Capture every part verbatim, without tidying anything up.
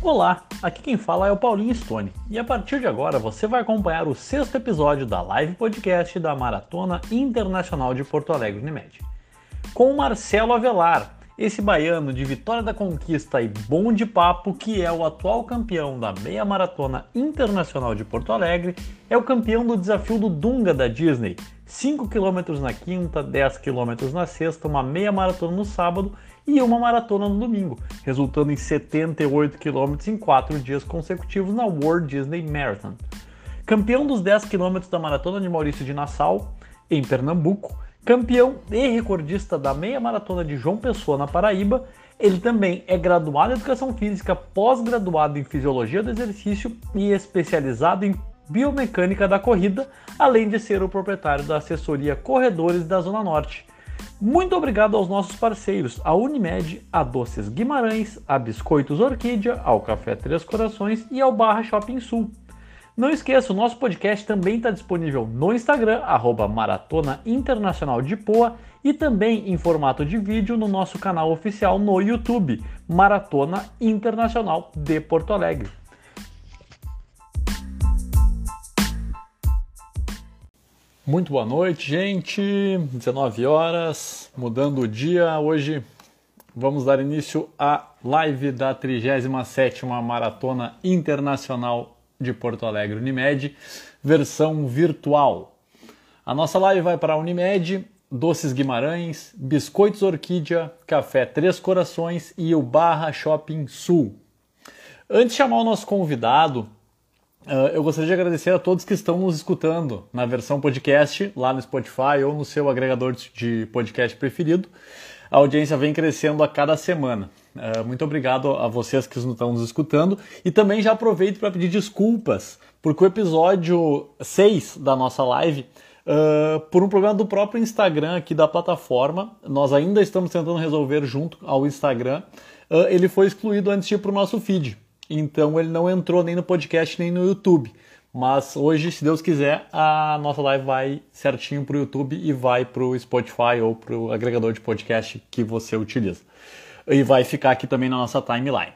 Olá, aqui quem fala é o Paulinho Stone e a partir de agora você vai acompanhar o sexto episódio da live podcast da Maratona Internacional de Porto Alegre Unimed. Com o Marcelo Avelar, esse baiano de Vitória da Conquista e bom de papo que é o atual campeão da Meia Maratona Internacional de Porto Alegre, é o campeão do desafio do Dunga da Disney, cinco quilômetros na quinta, dez quilômetros na sexta, uma meia maratona no sábado e uma maratona no domingo, resultando em setenta e oito quilômetros em quatro dias consecutivos na World Disney Marathon. Campeão dos dez quilômetros da Maratona de Maurício de Nassau, em Pernambuco, campeão e recordista da meia maratona de João Pessoa, na Paraíba, ele também é graduado em Educação Física, pós-graduado em Fisiologia do Exercício e especializado em Biomecânica da Corrida, além de ser o proprietário da assessoria Corredores da Zona Norte. Muito obrigado aos nossos parceiros, a Unimed, a Doces Guimarães, a Biscoitos Orquídea, ao Café Três Corações e ao Barra Shopping Sul. Não esqueça, o nosso podcast também está disponível no Instagram, arroba Maratona Internacional de Poa, e também em formato de vídeo no nosso canal oficial no YouTube, Maratona Internacional de Porto Alegre. Muito boa noite, gente. dezenove horas, mudando o dia. Hoje vamos dar início à live da trigésima sétima Maratona Internacional de Porto Alegre Unimed, versão virtual. A nossa live vai para a Unimed, Doces Guimarães, Biscoitos Orquídea, Café Três Corações e o Barra Shopping Sul. Antes de chamar o nosso convidado, Uh, eu gostaria de agradecer a todos que estão nos escutando na versão podcast, lá no Spotify ou no seu agregador de podcast preferido. A audiência vem crescendo a cada semana. Uh, muito obrigado a vocês que estão nos escutando. E também já aproveito para pedir desculpas, porque o episódio seis da nossa live, uh, por um problema do próprio Instagram aqui da plataforma, nós ainda estamos tentando resolver junto ao Instagram, uh, ele foi excluído antes de ir para o nosso feed. Então ele não entrou nem no podcast nem no YouTube. Mas hoje, se Deus quiser, a nossa live vai certinho para o YouTube e vai para o Spotify ou para o agregador de podcast que você utiliza. E vai ficar aqui também na nossa timeline.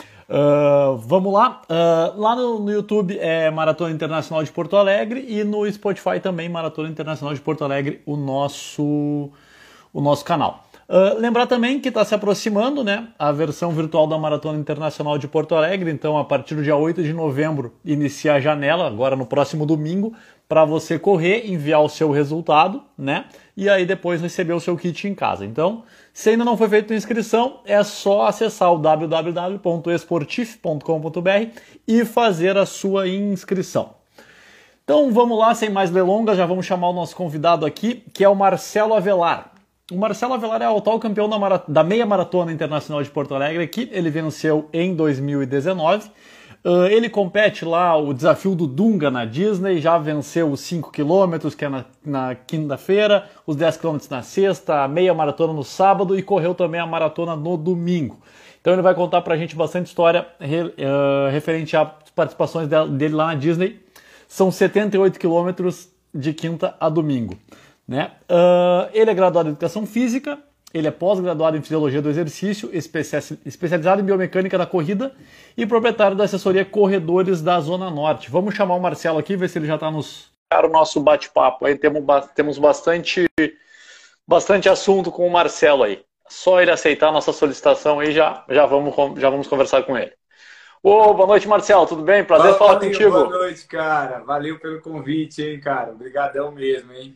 Uh, vamos lá. Uh, lá no, no YouTube é Maratona Internacional de Porto Alegre e no Spotify também Maratona Internacional de Porto Alegre, o nosso, o nosso canal. Uh, lembrar também que está se aproximando, né, a versão virtual da Maratona Internacional de Porto Alegre, então a partir do dia oito de novembro inicia a janela, agora no próximo domingo, para você correr, enviar o seu resultado, né, e aí depois receber o seu kit em casa. Então, se ainda não foi feita a inscrição, é só acessar o w w w ponto esportif ponto com ponto b r e fazer a sua inscrição. Então vamos lá, sem mais delongas, já vamos chamar o nosso convidado aqui, que é o Marcelo Avelar. O Marcelo Avelar é o atual campeão da, Mara... da Meia Maratona Internacional de Porto Alegre, que ele venceu em dois mil e dezenove. Uh, ele compete lá o desafio do Dunga na Disney, já venceu os cinco quilômetros, que é na, na quinta-feira, os dez quilômetros na sexta, a meia maratona no sábado e correu também a maratona no domingo. Então ele vai contar pra gente bastante história re... uh, referente às participações dele lá na Disney. São setenta e oito quilômetros de quinta a domingo. Né? Uh, ele é graduado em Educação Física, ele é pós-graduado em Fisiologia do Exercício, especializado em Biomecânica da Corrida e proprietário da assessoria Corredores da Zona Norte. Vamos chamar o Marcelo aqui, ver se ele já está nos... Cara, o nosso bate-papo. Aí temos, temos bastante, bastante assunto com o Marcelo aí. Só ele aceitar a nossa solicitação aí, já, já, vamos, já vamos conversar com ele. Ô, boa noite, Marcelo, tudo bem? Prazer Fala, falar contigo. Boa noite, cara. Valeu pelo convite, hein, cara. Obrigadão mesmo, hein.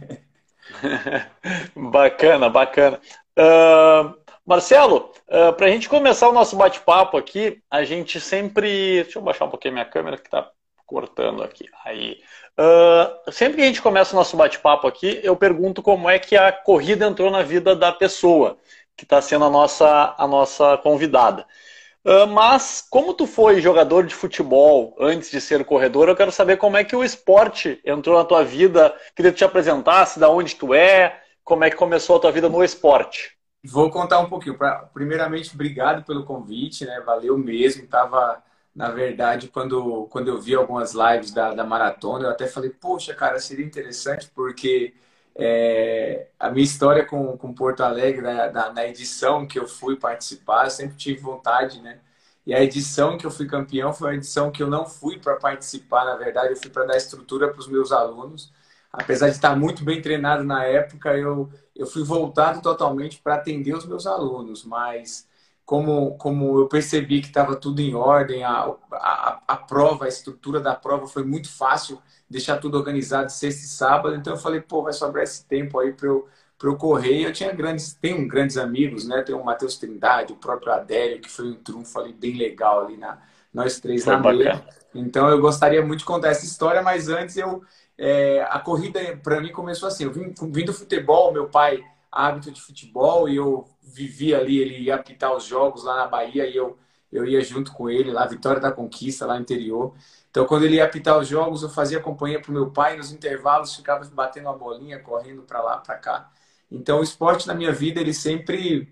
Bacana, bacana. Uh, Marcelo, uh, para a gente começar o nosso bate-papo aqui, a gente sempre... Deixa eu baixar um pouquinho a minha câmera que está cortando aqui. Aí. Uh, sempre que a gente começa o nosso bate-papo aqui, eu pergunto como é que a corrida entrou na vida da pessoa que está sendo a nossa, a nossa convidada. Uh, mas, como tu foi jogador de futebol antes de ser corredor, eu quero saber como é que o esporte entrou na tua vida. Queria que tu te apresentasse, de onde tu é, como é que começou a tua vida no esporte. Vou contar um pouquinho. Primeiramente, obrigado pelo convite, né? Valeu mesmo. Tava, na verdade, quando, quando eu vi algumas lives da, da maratona, eu até falei, poxa, cara, seria interessante, porque é, a minha história com, com Porto Alegre, né, na, na edição que eu fui participar, eu sempre tive vontade, né? E a edição que eu fui campeão foi uma edição que eu não fui para participar, na verdade, eu fui para dar estrutura para os meus alunos. Apesar de estar muito bem treinado na época, eu, eu fui voltado totalmente para atender os meus alunos, mas como, como eu percebi que estava tudo em ordem, a, a, a prova, a estrutura da prova foi muito fácil, deixar tudo organizado sexta e sábado, então eu falei, pô, vai sobrar esse tempo aí para eu, para eu correr. Eu tinha grandes, tenho grandes amigos, né? Tem o Matheus Trindade, o próprio Adélio, que foi um trunfo ali bem legal ali na nós três Foi na meia. bacana. Então eu gostaria muito de contar essa história, mas antes eu é, a corrida para mim começou assim. Eu vim, vim do futebol, meu pai hábito de futebol e eu vivia ali, ele ia apitar os jogos lá na Bahia e eu eu ia junto com ele lá, Vitória da Conquista, lá no interior. Então, quando ele ia apitar os jogos, eu fazia companhia para o meu pai. Nos intervalos, ficava batendo uma bolinha, correndo para lá, para cá. Então, o esporte na minha vida, ele sempre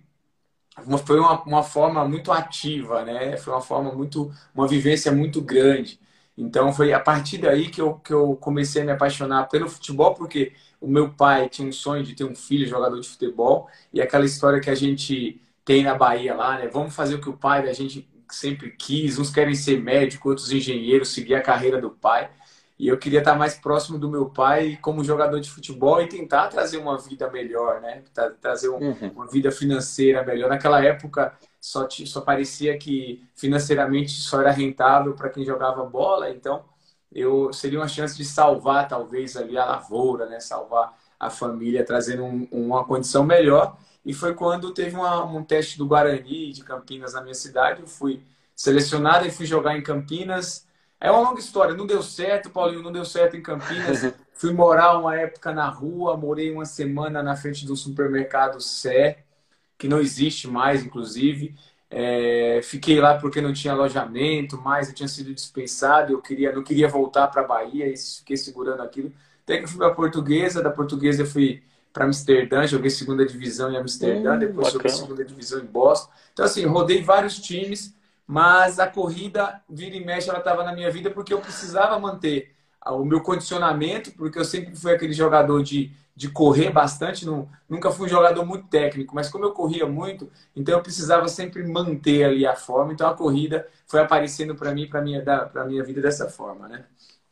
foi uma, uma forma muito ativa, né? Foi uma forma muito, uma vivência muito grande. Então, foi a partir daí que eu, que eu comecei a me apaixonar pelo futebol, porque o meu pai tinha um sonho de ter um filho jogador de futebol, e aquela história que a gente tem na Bahia lá, né? Vamos fazer o que o pai da gente sempre quis, uns querem ser médico, outros engenheiros, seguir a carreira do pai. E eu queria estar mais próximo do meu pai como jogador de futebol e tentar trazer uma vida melhor, né? Tra- Trazer um- Uhum. uma vida financeira melhor. Naquela época, só, ti- só parecia que financeiramente só era rentável para quem jogava bola. Então, eu seria uma chance de salvar, talvez, ali a lavoura, né? Salvar a família, trazendo um- uma condição melhor. E foi quando teve uma- um teste do Guarani de Campinas na minha cidade. Eu fui selecionado e fui jogar em Campinas. É uma longa história. Não deu certo, Paulinho, não deu certo em Campinas. Fui morar uma época na rua, morei uma semana na frente do supermercado Sé, que não existe mais, inclusive. É, fiquei lá porque não tinha alojamento, mas eu tinha sido dispensado, eu queria, não queria voltar para a Bahia e fiquei segurando aquilo. Até que eu fui para a Portuguesa, da Portuguesa eu fui para Amsterdã, joguei segunda divisão em Amsterdã, Hum, depois joguei bacana. segunda divisão em Boston. Então, assim, rodei vários times, mas a corrida, vira e mexe, ela estava na minha vida porque eu precisava manter o meu condicionamento, porque eu sempre fui aquele jogador de, de correr bastante, não, nunca fui um jogador muito técnico, mas como eu corria muito, então eu precisava sempre manter ali a forma, então a corrida foi aparecendo para mim, para minha, para minha vida dessa forma, né?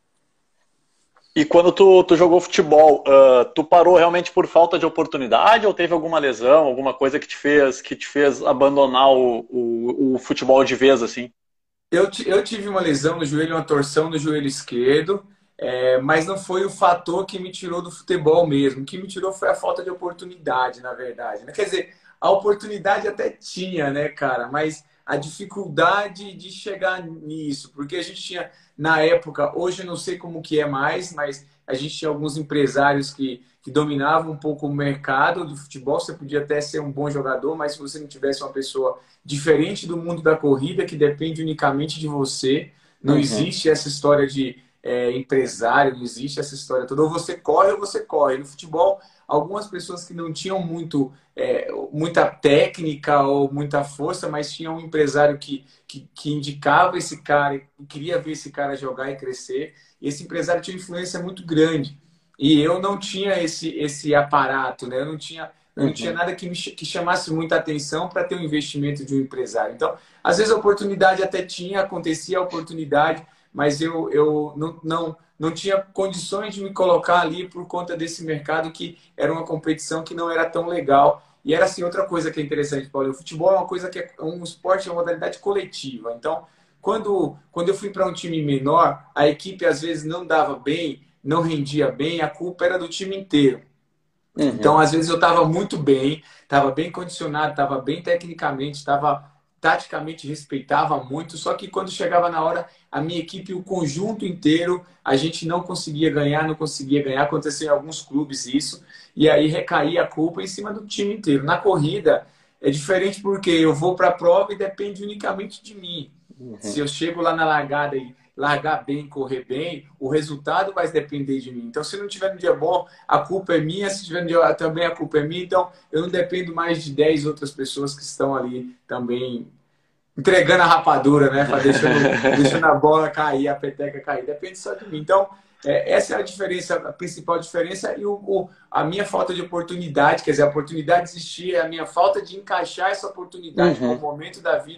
E quando tu, tu jogou futebol, ah, tu parou realmente por falta de oportunidade ou teve alguma lesão, alguma coisa que te fez, que te fez abandonar o, o, o futebol de vez, assim? Eu, ti- eu tive uma lesão no joelho, uma torção no joelho esquerdo, é, mas não foi o fator que me tirou do futebol mesmo. O que me tirou foi a falta de oportunidade, na verdade, né? Quer dizer, a oportunidade até tinha, né, cara? Mas a dificuldade de chegar nisso, porque a gente tinha, na época, hoje eu não sei como que é mais, mas a gente tinha alguns empresários que, que dominavam um pouco o mercado do futebol. Você podia até ser um bom jogador, mas se você não tivesse uma pessoa diferente do mundo da corrida, que depende unicamente de você. Não Uhum. existe essa história de é, empresário, não existe essa história toda. Ou você corre ou você corre. No futebol, algumas pessoas que não tinham muito, é, muita técnica ou muita força, mas tinham um empresário que, que, que indicava esse cara e queria ver esse cara jogar e crescer. E esse empresário tinha uma influência muito grande. E eu não tinha esse, esse aparato, né? Eu não tinha eu não tinha Uhum. nada que me que chamasse muita atenção para ter um investimento de um empresário. Então, às vezes a oportunidade até tinha, acontecia a oportunidade, mas eu, eu não, não, não tinha condições de me colocar ali por conta desse mercado que era uma competição que não era tão legal. E era assim, outra coisa que é interessante, Paulo, o futebol é uma coisa que é um esporte, é uma modalidade coletiva. Então, quando, quando eu fui para um time menor, a equipe às vezes não dava bem, não rendia bem, a culpa era do time inteiro. Então, Uhum. às vezes eu estava muito bem, estava bem condicionado, estava bem tecnicamente, estava taticamente respeitava muito, só que quando chegava na hora, a minha equipe, o conjunto inteiro, a gente não conseguia ganhar, não conseguia ganhar. Aconteceu em alguns clubes isso, e aí recaía a culpa em cima do time inteiro. Na corrida é diferente porque eu vou para a prova e depende unicamente de mim. Se Uhum. eu chego lá na largada e largar bem, correr bem, o resultado vai depender de mim. Então, se não tiver no dia bom, a culpa é minha, se tiver no dia também a culpa é minha. Então, eu não dependo mais de dez outras pessoas que estão ali também entregando a rapadura, né? Deixando, deixando a bola cair, a peteca cair. Depende só de mim. Então, é, essa é a diferença, a principal diferença e o, o, a minha falta de oportunidade, quer dizer, a oportunidade existia, a minha falta de encaixar essa oportunidade com o Uhum. momento da vida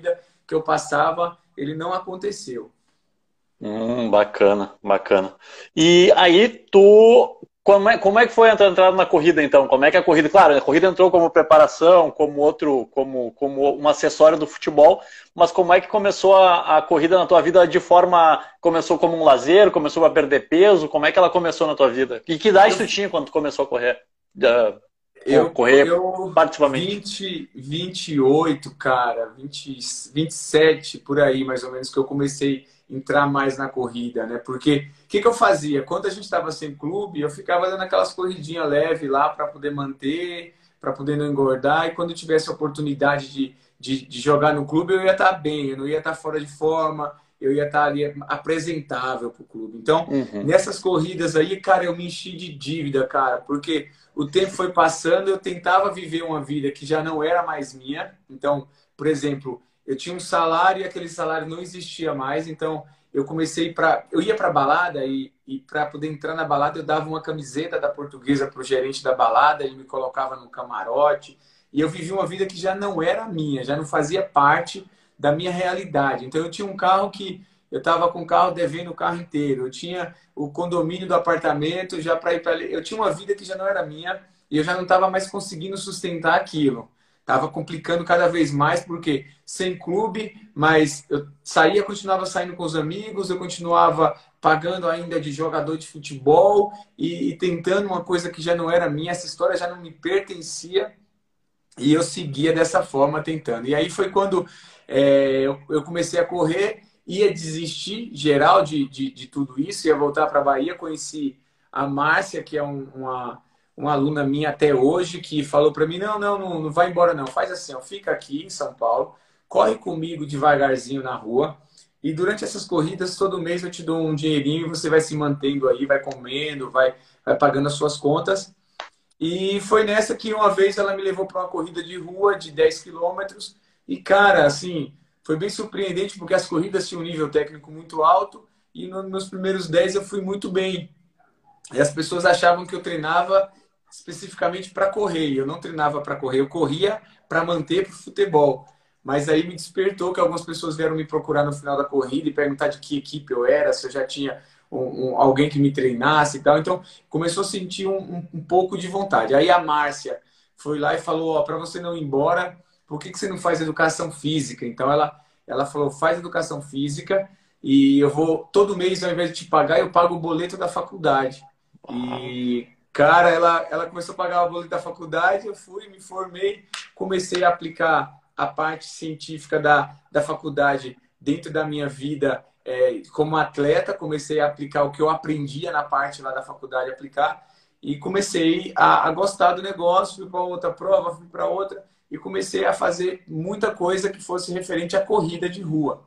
que eu passava, ele não aconteceu. Hum, bacana, bacana. E aí tu, como é, como é que foi a tua entrada na corrida então? Como é que a corrida, claro, a corrida entrou como preparação, como outro, como, como um acessório do futebol, mas como é que começou a, a corrida na tua vida de forma, começou como um lazer, começou a perder peso, como é que ela começou na tua vida? E que idade tu tinha quando tu começou a correr? Uh, Eu, correr eu particularmente? vinte, vinte e oito, cara, vinte, vinte e sete por aí, mais ou menos, que eu comecei a entrar mais na corrida, né? Porque o que, que eu fazia? Quando a gente estava sem clube, eu ficava dando aquelas corridinhas leves lá para poder manter, para poder não engordar, e quando eu tivesse a oportunidade de, de, de jogar no clube, eu ia estar bem, eu não ia estar fora de forma, eu ia estar ali apresentável para o clube. Então, Uhum. nessas corridas aí, cara, eu me enchi de dívida, cara, porque o tempo foi passando, eu tentava viver uma vida que já não era mais minha. Então, por exemplo, eu tinha um salário e aquele salário não existia mais. Então, eu comecei para, eu ia para balada e, e para poder entrar na balada eu dava uma camiseta da Portuguesa para o gerente da balada, ele me colocava no camarote e eu vivia uma vida que já não era minha, já não fazia parte da minha realidade. Então, eu tinha um carro que eu estava com o carro devendo o carro inteiro. Eu tinha o condomínio do apartamento já para ir para ali. Eu tinha uma vida que já não era minha e eu já não estava mais conseguindo sustentar aquilo. Estava complicando cada vez mais, porque sem clube, mas eu saía, continuava saindo com os amigos, eu continuava pagando ainda de jogador de futebol e, e tentando uma coisa que já não era minha, essa história já não me pertencia e eu seguia dessa forma tentando. E aí foi quando é, eu, eu comecei a correr, ia desistir geral de, de, de tudo isso, ia voltar para a Bahia. Conheci a Márcia, que é um, uma, uma aluna minha até hoje, que falou para mim: não, não, não, não vai embora, não. Faz assim, ó, fica aqui em São Paulo, corre comigo devagarzinho na rua. E durante essas corridas, todo mês eu te dou um dinheirinho e você vai se mantendo aí, vai comendo, vai, vai pagando as suas contas. E foi nessa que uma vez ela me levou para uma corrida de rua de dez quilômetros. E, cara, assim, foi bem surpreendente porque as corridas tinham um nível técnico muito alto e nos meus primeiros dez eu fui muito bem. E as pessoas achavam que eu treinava especificamente para correr. Eu não treinava para correr, eu corria para manter para o futebol. Mas aí me despertou que algumas pessoas vieram me procurar no final da corrida e perguntar de que equipe eu era, se eu já tinha um, um, alguém que me treinasse e tal. Então, começou a sentir um, um, um pouco de vontade. Aí a Márcia foi lá e falou: ó, para você não ir embora, por que, que você não faz educação física? Então, ela, ela falou: faz educação física e eu vou, todo mês, ao invés de te pagar, eu pago o boleto da faculdade. Uau. E, cara, ela, ela começou a pagar o boleto da faculdade, eu fui, me formei, comecei a aplicar a parte científica da, da faculdade dentro da minha vida é, como atleta, comecei a aplicar o que eu aprendia na parte lá da faculdade, aplicar, e comecei a, a gostar do negócio, fui para outra prova, fui para outra, e comecei a fazer muita coisa que fosse referente à corrida de rua.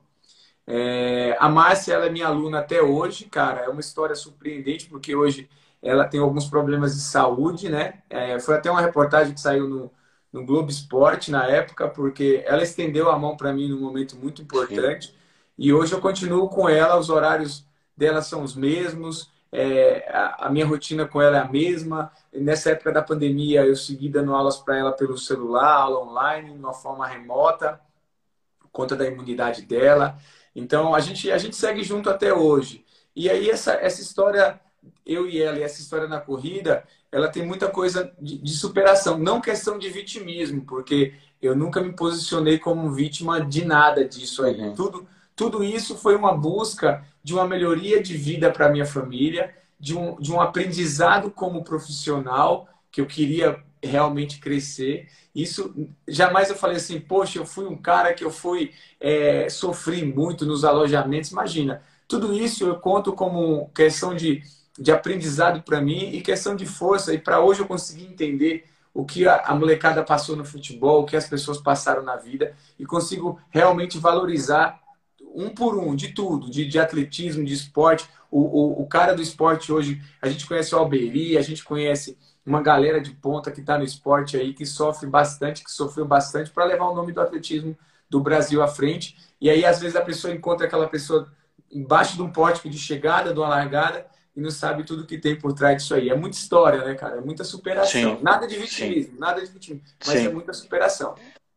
É, a Márcia, ela é minha aluna até hoje, cara, é uma história surpreendente, porque hoje ela tem alguns problemas de saúde, né? É, foi até uma reportagem que saiu no, no Globo Esporte na época, porque ela estendeu a mão para mim num momento muito Sim. importante. E hoje eu continuo com ela, os horários dela são os mesmos, é, a, a minha rotina com ela é a mesma. Nessa época da pandemia, eu segui dando aulas para ela pelo celular, aula online, de uma forma remota, por conta da imunidade dela. Então, a gente, a gente segue junto até hoje. E aí, essa, essa história, eu e ela, e essa história na corrida, ela tem muita coisa de, de superação. Não questão de vitimismo, porque eu nunca me posicionei como vítima de nada disso aí. Uhum. Tudo, tudo isso foi uma busca de uma melhoria de vida para minha família, de um, de um aprendizado como profissional, que eu queria realmente crescer. Isso, jamais eu falei assim: poxa, eu fui um cara que eu fui, é, sofri muito nos alojamentos. Imagina, tudo isso eu conto como questão de, de aprendizado para mim e questão de força. E para hoje eu conseguir entender o que a, a molecada passou no futebol, o que as pessoas passaram na vida, e consigo realmente valorizar um por um, de tudo, de, de atletismo, de esporte. O, o, o cara do esporte hoje, a gente conhece o Alberi, a gente conhece uma galera de ponta que está no esporte aí, que sofre bastante, que sofreu bastante para levar o nome do atletismo do Brasil à frente. E aí, às vezes, a pessoa encontra aquela pessoa embaixo de um pórtico de chegada, de uma largada, e não sabe tudo que tem por trás disso aí. É muita história, né, cara? É muita superação. Sim, Nada de sim, vitimismo, nada de vitimismo, mas é sim. muita superação.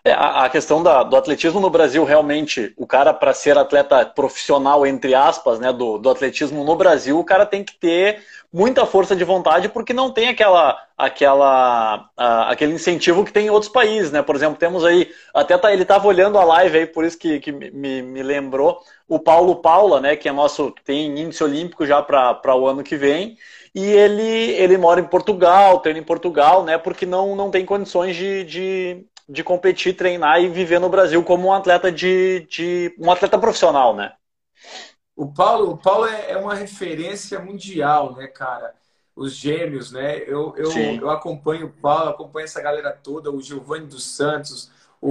É, a, a questão da, do atletismo no Brasil, realmente, o cara, para ser atleta profissional, entre aspas, né, do, do atletismo no Brasil, o cara tem que ter muita força de vontade, porque não tem aquela, aquela, a, aquele incentivo que tem em outros países, né? Por exemplo, temos aí, até tá, ele estava olhando a live aí, por isso que, que me, me lembrou, o Paulo Paula, né, que é nosso, tem índice olímpico já para o ano que vem, e ele, ele mora em Portugal, treina em Portugal, né, porque não, não tem condições de, de, de competir, treinar e viver no Brasil como um atleta de, de um atleta profissional, né? O Paulo, o Paulo é, é uma referência mundial, né, cara? Os gêmeos, né? Eu, eu, Sim. eu acompanho o Paulo, acompanho essa galera toda, o Giovanni dos Santos,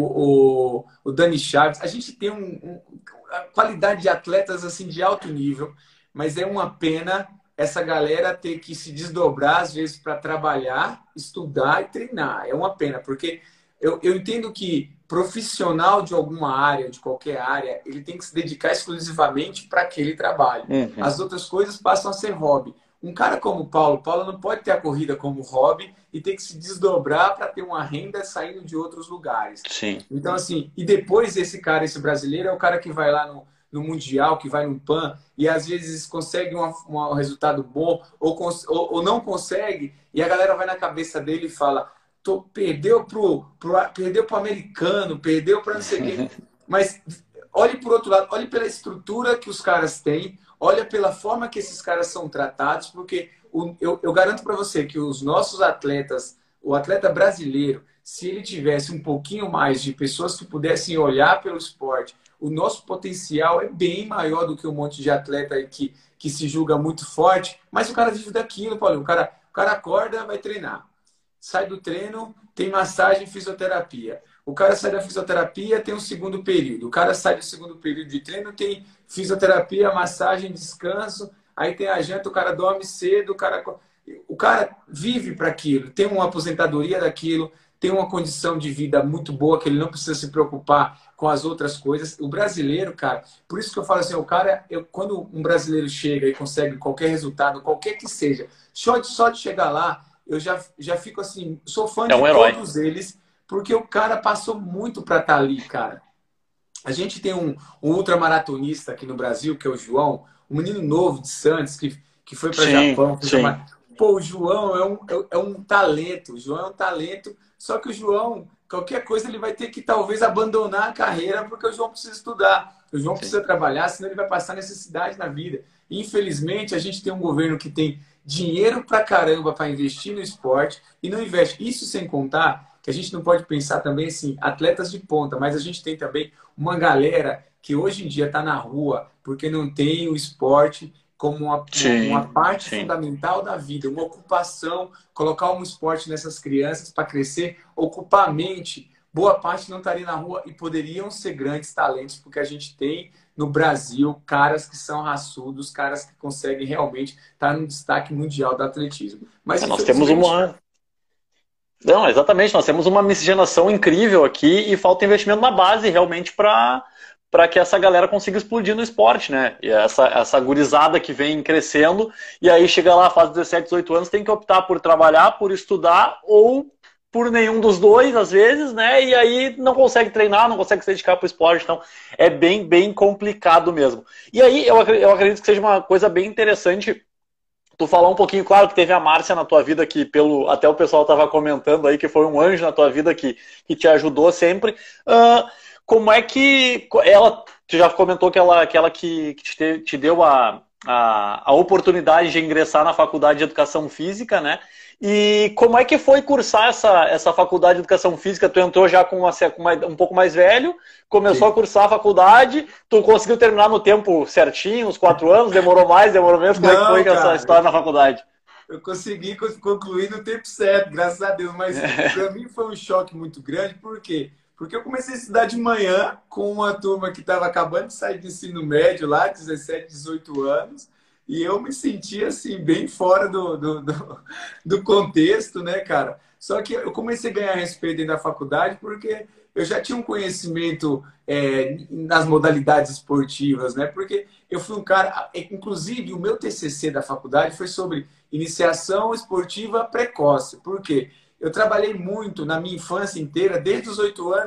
o, o, o Dani Chaves. A gente tem um, um, a qualidade de atletas assim de alto nível, mas é uma pena essa galera ter que se desdobrar, às vezes, para trabalhar, estudar e treinar. É uma pena, porque eu, eu entendo que profissional de alguma área, de qualquer área, ele tem que se dedicar exclusivamente para aquele trabalho. Uhum. As outras coisas passam a ser hobby. Um cara como o Paulo, Paulo não pode ter a corrida como hobby e tem que se desdobrar para ter uma renda saindo de outros lugares. Sim. Então, assim, e depois esse cara, esse brasileiro, é o cara que vai lá no, no Mundial, que vai no PAN, e às vezes consegue uma, uma, um resultado bom ou, ou, ou não consegue, e a galera vai na cabeça dele e fala: Tô, perdeu pro, pro, perdeu pro americano, perdeu para não sei quem. Mas olhe por outro lado, olhe pela estrutura que os caras têm, olha pela forma que esses caras são tratados, porque o, eu, eu garanto para você que os nossos atletas, o atleta brasileiro, se ele tivesse um pouquinho mais de pessoas que pudessem olhar pelo esporte, o nosso potencial é bem maior do que um monte de atleta aí que, que se julga muito forte, mas o cara vive daquilo, Paulo. O cara, o cara acorda, vai treinar. Sai do treino, tem massagem e fisioterapia. O cara sai da fisioterapia, tem um segundo período. O cara sai do segundo período de treino, tem fisioterapia, massagem, descanso. Aí tem a janta, o cara dorme cedo, o cara, o cara vive para aquilo, tem uma aposentadoria daquilo, tem uma condição de vida muito boa, que ele não precisa se preocupar com as outras coisas. O brasileiro, cara, por isso que eu falo assim, o cara, eu, quando um brasileiro chega e consegue qualquer resultado, qualquer que seja, só de, só de chegar lá, eu já, já fico assim, sou fã É de um herói. todos eles, porque o cara passou muito para estar ali, cara. A gente tem um, um ultramaratonista aqui no Brasil, que é o João, um menino novo de Santos, que, que foi para Japão. Foi pra... Pô, o João é um, é, é um talento, o João é um talento, só que o João, qualquer coisa, ele vai ter que talvez abandonar a carreira, porque o João precisa estudar, o João Sim. precisa trabalhar, senão ele vai passar necessidade na vida. Infelizmente, a gente tem um governo que tem dinheiro pra caramba para investir no esporte e não investe. Isso sem contar que a gente não pode pensar também assim, atletas de ponta, mas a gente tem também uma galera que hoje em dia está na rua porque não tem o esporte como uma, sim, uma parte sim. fundamental da vida, uma ocupação, colocar um esporte nessas crianças para crescer, ocupar a mente. Boa parte não estaria na rua e poderiam ser grandes talentos, porque a gente tem no Brasil caras que são raçudos, caras que conseguem realmente estar no destaque mundial do atletismo. Mas é, nós temos uma... Não, exatamente, nós temos uma miscigenação incrível aqui e falta investimento na base realmente para para que essa galera consiga explodir no esporte, né? E essa, essa gurizada que vem crescendo e aí chega lá, faz dezessete, dezoito anos, tem que optar por trabalhar, por estudar ou por nenhum dos dois, às vezes, né? E aí não consegue treinar, não consegue se dedicar para o esporte, então é bem, bem complicado mesmo. E aí eu, eu acredito que seja uma coisa bem interessante tu falar um pouquinho, claro que teve a Márcia na tua vida, que pelo até o pessoal estava comentando aí, que foi um anjo na tua vida que, que te ajudou sempre. Uh, como é que ela, tu já comentou que ela que, ela que, que te, te deu a, a, a oportunidade de ingressar na faculdade de Educação Física, né? E como é que foi cursar essa, essa faculdade de Educação Física? Tu entrou já com, uma, com uma, um pouco mais velho, começou Sim. a cursar a faculdade, tu conseguiu terminar no tempo certinho, uns quatro anos, demorou mais, demorou menos? Como Não, é que foi cara, essa história na faculdade? Eu consegui concluir no tempo certo, graças a Deus, mas para mim foi um choque muito grande, por quê? Porque eu comecei a estudar de manhã com uma turma que estava acabando de sair do ensino médio lá, dezessete, dezoito anos, e eu me sentia, assim, bem fora do, do, do, do contexto, né, cara? Só que eu comecei a ganhar respeito dentro da faculdade porque eu já tinha um conhecimento é, nas modalidades esportivas, né? Porque eu fui um cara... Inclusive, o meu T C C da faculdade foi sobre iniciação esportiva precoce. Por quê? Eu trabalhei muito na minha infância inteira, desde os oito anos,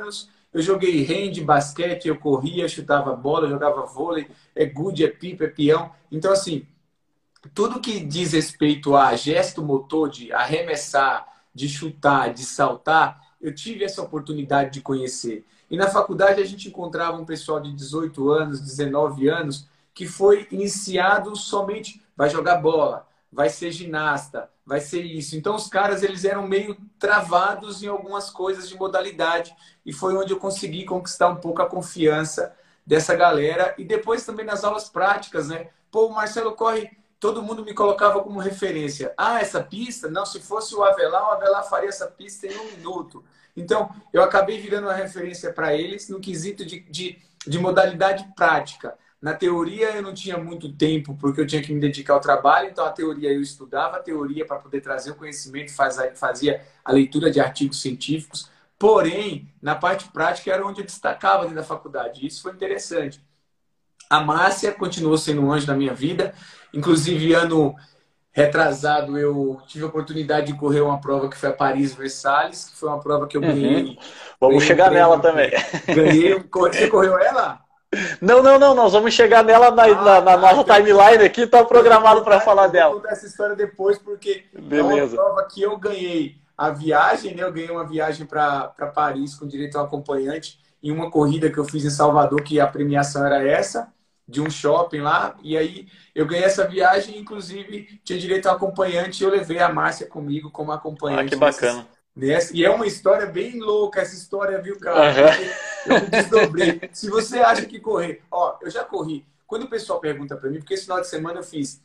Eu joguei hand, basquete, eu corria, chutava bola, jogava vôlei, é gude, é pipa, é peão. Então, assim, tudo que diz respeito a gesto motor, de arremessar, de chutar, de saltar, eu tive essa oportunidade de conhecer. E na faculdade a gente encontrava um pessoal de dezoito anos, dezenove anos, que foi iniciado somente, vai jogar bola, vai ser ginasta, vai ser isso. Então os caras eles eram meio travados em algumas coisas de modalidade e foi onde eu consegui conquistar um pouco a confiança dessa galera e depois também nas aulas práticas, né? Pô, o Marcelo corre, todo mundo me colocava como referência. Ah, essa pista? Não, se fosse o Avelar, o Avelar faria essa pista em um minuto. Então, eu acabei virando uma referência para eles no quesito de, de, de modalidade prática. Na teoria, eu não tinha muito tempo, porque eu tinha que me dedicar ao trabalho, então a teoria eu estudava a teoria para poder trazer o conhecimento, fazia a leitura de artigos científicos. Porém, na parte prática era onde eu destacava dentro da faculdade. Isso foi interessante. A Márcia continuou sendo um anjo da minha vida. Inclusive, ano retrasado, eu tive a oportunidade de correr uma prova que foi a Paris-Versalhes, que foi uma prova que eu ganhei. Uhum. Vamos ganhei chegar um nela também. Ganhei. Você correu ela? Não, não, não. Nós vamos chegar nela na, ah, na, na nossa então, timeline aqui. Está programado para falar eu dela. Vou contar essa história depois, porque beleza. É uma prova que eu ganhei a viagem, né? Eu ganhei uma viagem para Paris com direito ao acompanhante em uma corrida que eu fiz em Salvador, que a premiação era essa, de um shopping lá. E aí eu ganhei essa viagem, inclusive tinha direito ao acompanhante e eu levei a Márcia comigo como acompanhante. Ah, que bacana. Nessa, e é uma história bem louca essa história, viu, cara? Uhum. Eu me desdobrei. Se você acha que correr... Ó, eu já corri. Quando o pessoal pergunta para mim, porque esse final de semana eu fiz...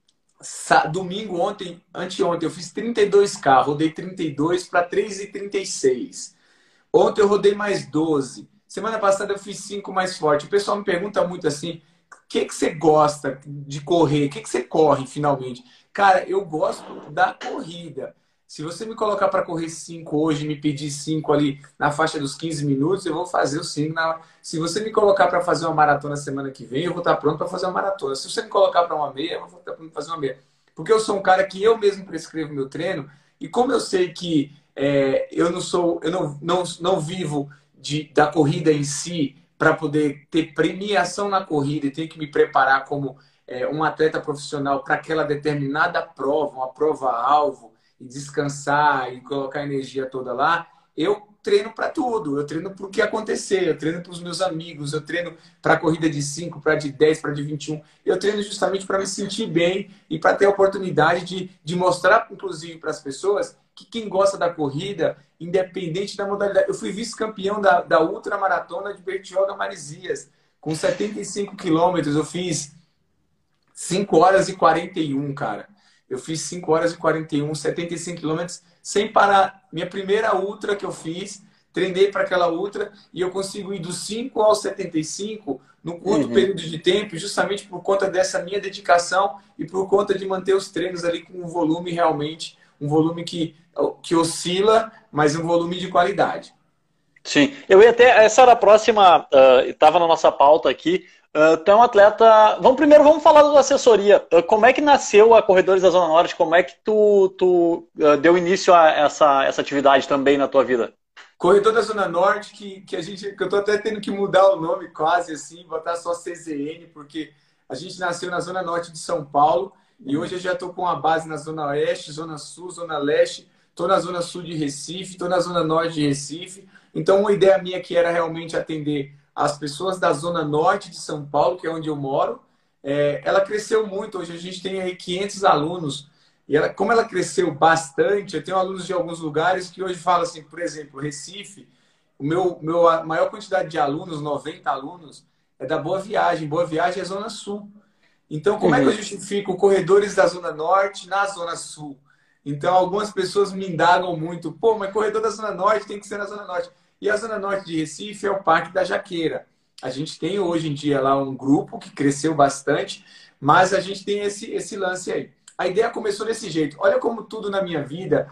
Domingo, ontem, anteontem, eu fiz trinta e dois K. Rodei trinta e dois para três e trinta e seis. Ontem eu rodei mais doze. Semana passada eu fiz cinco mais forte. O pessoal me pergunta muito assim, o que, que você gosta de correr? O que, que você corre, finalmente? Cara, eu gosto da corrida. Se você me colocar para correr cinco hoje, me pedir cinco ali na faixa dos quinze minutos, eu vou fazer o cinco. Na... Se você me colocar para fazer uma maratona semana que vem, eu vou estar pronto para fazer uma maratona. Se você me colocar para uma meia, eu vou estar pronto para fazer uma meia. Porque eu sou um cara que eu mesmo prescrevo meu treino e como eu sei que é, eu não sou, eu não, não, não vivo de, da corrida em si para poder ter premiação na corrida e tenho que me preparar como é, um atleta profissional para aquela determinada prova, uma prova-alvo, e descansar e colocar a energia toda lá, eu treino para tudo. Eu treino para o que acontecer, eu treino para os meus amigos, eu treino para a corrida de cinco, para de dez, para de vinte e um. Eu treino justamente para me sentir bem e para ter a oportunidade de, de mostrar, inclusive, para as pessoas que quem gosta da corrida, independente da modalidade... Eu fui vice-campeão da, da ultramaratona de Bertioga Marizias, com setenta e cinco quilômetros. Eu fiz cinco horas e quarenta e um, cara. Eu fiz cinco horas e quarenta e um, setenta e cinco quilômetros, sem parar. Minha primeira ultra que eu fiz, treinei para aquela ultra e eu consigo ir dos cinco aos setenta e cinco num curto uhum. período de tempo, justamente por conta dessa minha dedicação e por conta de manter os treinos ali com um volume realmente, um volume que, que oscila, mas um volume de qualidade. Sim, eu ia até, essa era a próxima, estava uh, na nossa pauta aqui. Uh, tu é um atleta... Vamos, primeiro vamos falar da assessoria. Uh, como é que nasceu a Corredores da Zona Norte? Como é que tu, tu uh, deu início a essa, essa atividade também na tua vida? Corredor da Zona Norte, que, que, a gente, que eu tô até tendo que mudar o nome quase assim, botar só C Z N, porque a gente nasceu na Zona Norte de São Paulo e hoje eu já estou com uma base na Zona Oeste, Zona Sul, Zona Leste, estou na Zona Sul de Recife, estou na Zona Norte de Recife. Então uma ideia minha que era realmente atender as pessoas da Zona Norte de São Paulo, que é onde eu moro, é, ela cresceu muito. Hoje a gente tem aí quinhentos alunos. E ela, como ela cresceu bastante, eu tenho alunos de alguns lugares que hoje falam assim, por exemplo, Recife, o meu, meu, a maior quantidade de alunos, noventa alunos, é da Boa Viagem. Boa Viagem é Zona Sul. Então, como uhum. é que eu justifico corredores da Zona Norte na Zona Sul? Então, algumas pessoas me indagam muito, pô, mas corredor da Zona Norte tem que ser na Zona Norte. E a Zona Norte de Recife é o Parque da Jaqueira. A gente tem hoje em dia lá um grupo que cresceu bastante, mas a gente tem esse, esse lance aí. A ideia começou desse jeito. Olha como tudo na minha vida,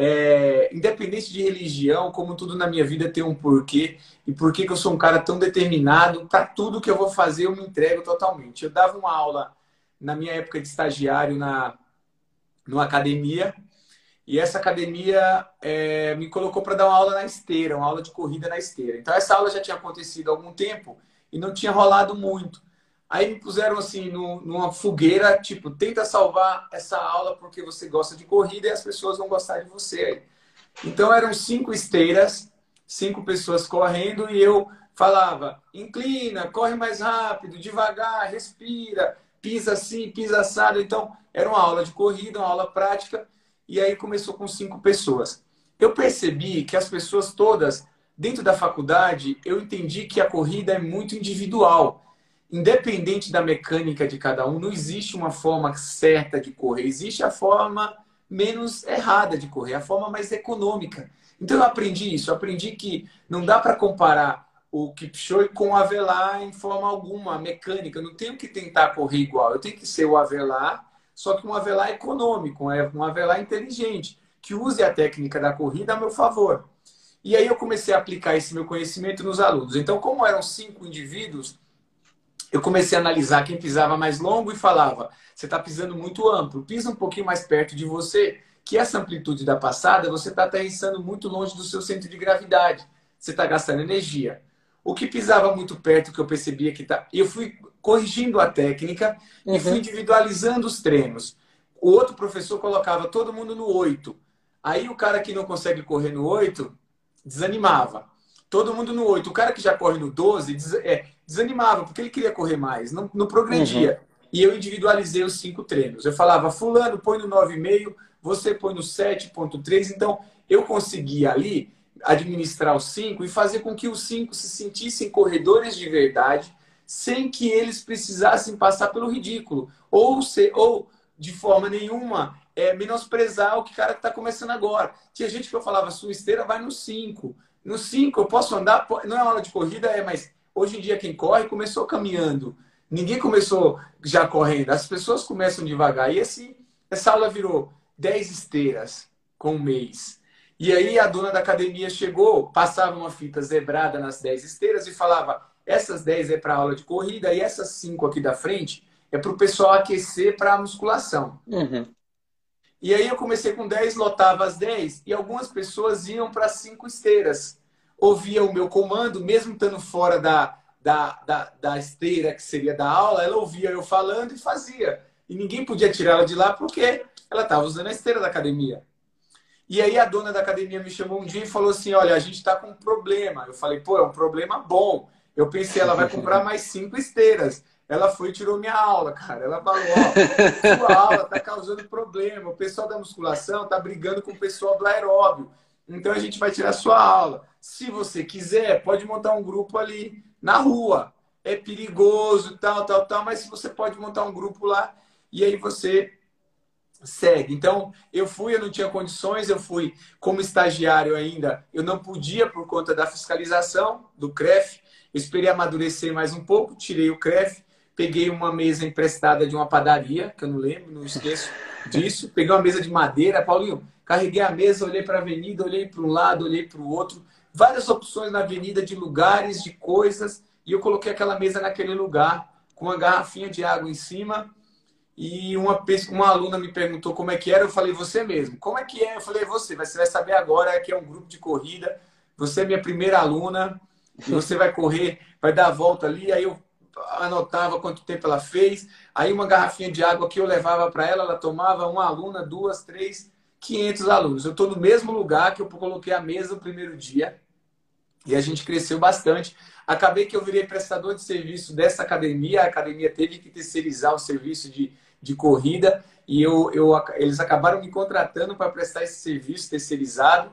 é, independente de religião, como tudo na minha vida tem um porquê. E por que eu sou um cara tão determinado. Para tudo que eu vou fazer, eu me entrego totalmente. Eu dava uma aula na minha época de estagiário na, numa academia. E essa academia é, me colocou para dar uma aula na esteira, uma aula de corrida na esteira. Então, essa aula já tinha acontecido há algum tempo e não tinha rolado muito. Aí me puseram assim, no, numa fogueira, tipo, tenta salvar essa aula porque você gosta de corrida e as pessoas vão gostar de você. Então, eram cinco esteiras, cinco pessoas correndo e eu falava, inclina, corre mais rápido, devagar, respira, pisa assim, pisa assado. Então, era uma aula de corrida, uma aula prática. E aí começou com cinco pessoas. Eu percebi que as pessoas todas, dentro da faculdade, eu entendi que a corrida é muito individual. Independente da mecânica de cada um, não existe uma forma certa de correr. Existe a forma menos errada de correr, a forma mais econômica. Então eu aprendi isso. Eu aprendi que não dá para comparar o Kipchoge com o Avelar em forma alguma, a mecânica. Eu não tenho que tentar correr igual. Eu tenho que ser o Avelar, só que um Avelar econômico, um Avelar inteligente, que use a técnica da corrida a meu favor. E aí eu comecei a aplicar esse meu conhecimento nos alunos. Então, como eram cinco indivíduos, eu comecei a analisar quem pisava mais longo e falava, você está pisando muito amplo, pisa um pouquinho mais perto de você, que essa amplitude da passada, você está aterrissando muito longe do seu centro de gravidade. Você está gastando energia. O que pisava muito perto, que eu percebia que tá, eu fui corrigindo a técnica e Uhum. fui individualizando os treinos. O outro professor colocava todo mundo no oito. Aí o cara que não consegue correr no oito desanimava. Todo mundo no oito. O cara que já corre no doze des é, desanimava, porque ele queria correr mais, não, não progredia. Uhum. E eu individualizei os cinco treinos. Eu falava, fulano, põe no nove vírgula cinco, você põe no sete ponto três. Então, eu conseguia ali administrar os cinco e fazer com que os cinco se sentissem corredores de verdade, sem que eles precisassem passar pelo ridículo. Ou, ser, ou de forma nenhuma, é, menosprezar o que cara que está começando agora. Tinha gente que eu falava, sua esteira vai no cinco. No cinco eu posso andar, não é uma aula de corrida, é, mas hoje em dia quem corre começou caminhando. Ninguém começou já correndo. As pessoas começam devagar. E assim, essa aula virou dez esteiras com um mês. E aí a dona da academia chegou, passava uma fita zebrada nas dez esteiras e falava, essas dez é para aula de corrida e essas cinco aqui da frente é para o pessoal aquecer para a musculação. Uhum. E aí eu comecei com dez, lotava as dez e algumas pessoas iam para cinco esteiras. Ouvia o meu comando, mesmo estando fora da, da, da, da esteira que seria da aula, ela ouvia eu falando e fazia. E ninguém podia tirar ela de lá porque ela estava usando a esteira da academia. E aí a dona da academia me chamou um dia e falou assim, olha, a gente está com um problema. Eu falei, pô, é um problema bom. Eu pensei, ela vai comprar mais cinco esteiras. Ela foi e tirou minha aula, cara. Ela falou, ó, sua aula está causando problema. O pessoal da musculação está brigando com o pessoal do aeróbio. Então a gente vai tirar sua aula. Se você quiser, pode montar um grupo ali na rua. É perigoso, tal, tal, tal, mas você pode montar um grupo lá e aí você segue. Então, eu fui, eu não tinha condições, eu fui como estagiário ainda, eu não podia por conta da fiscalização do C R E F, eu esperei amadurecer mais um pouco, tirei o C R E F, peguei uma mesa emprestada de uma padaria, que eu não lembro, não esqueço disso, peguei uma mesa de madeira, Paulinho, carreguei a mesa, olhei para a avenida, olhei para um lado, olhei para o outro, várias opções na avenida de lugares, de coisas, e eu coloquei aquela mesa naquele lugar, com uma garrafinha de água em cima. E uma, uma aluna me perguntou como é que era, eu falei, você mesmo. Como é que é? Eu falei, você, você vai saber agora que é um grupo de corrida, você é minha primeira aluna, e você vai correr, vai dar a volta ali, aí eu anotava quanto tempo ela fez, aí uma garrafinha de água que eu levava para ela, ela tomava, uma aluna, duas, três, quinhentos alunos. Eu estou no mesmo lugar que eu coloquei a mesa no primeiro dia, e a gente cresceu bastante. Acabei que eu virei prestador de serviço dessa academia, a academia teve que terceirizar o serviço de de corrida e eu, eu, eles acabaram me contratando para prestar esse serviço terceirizado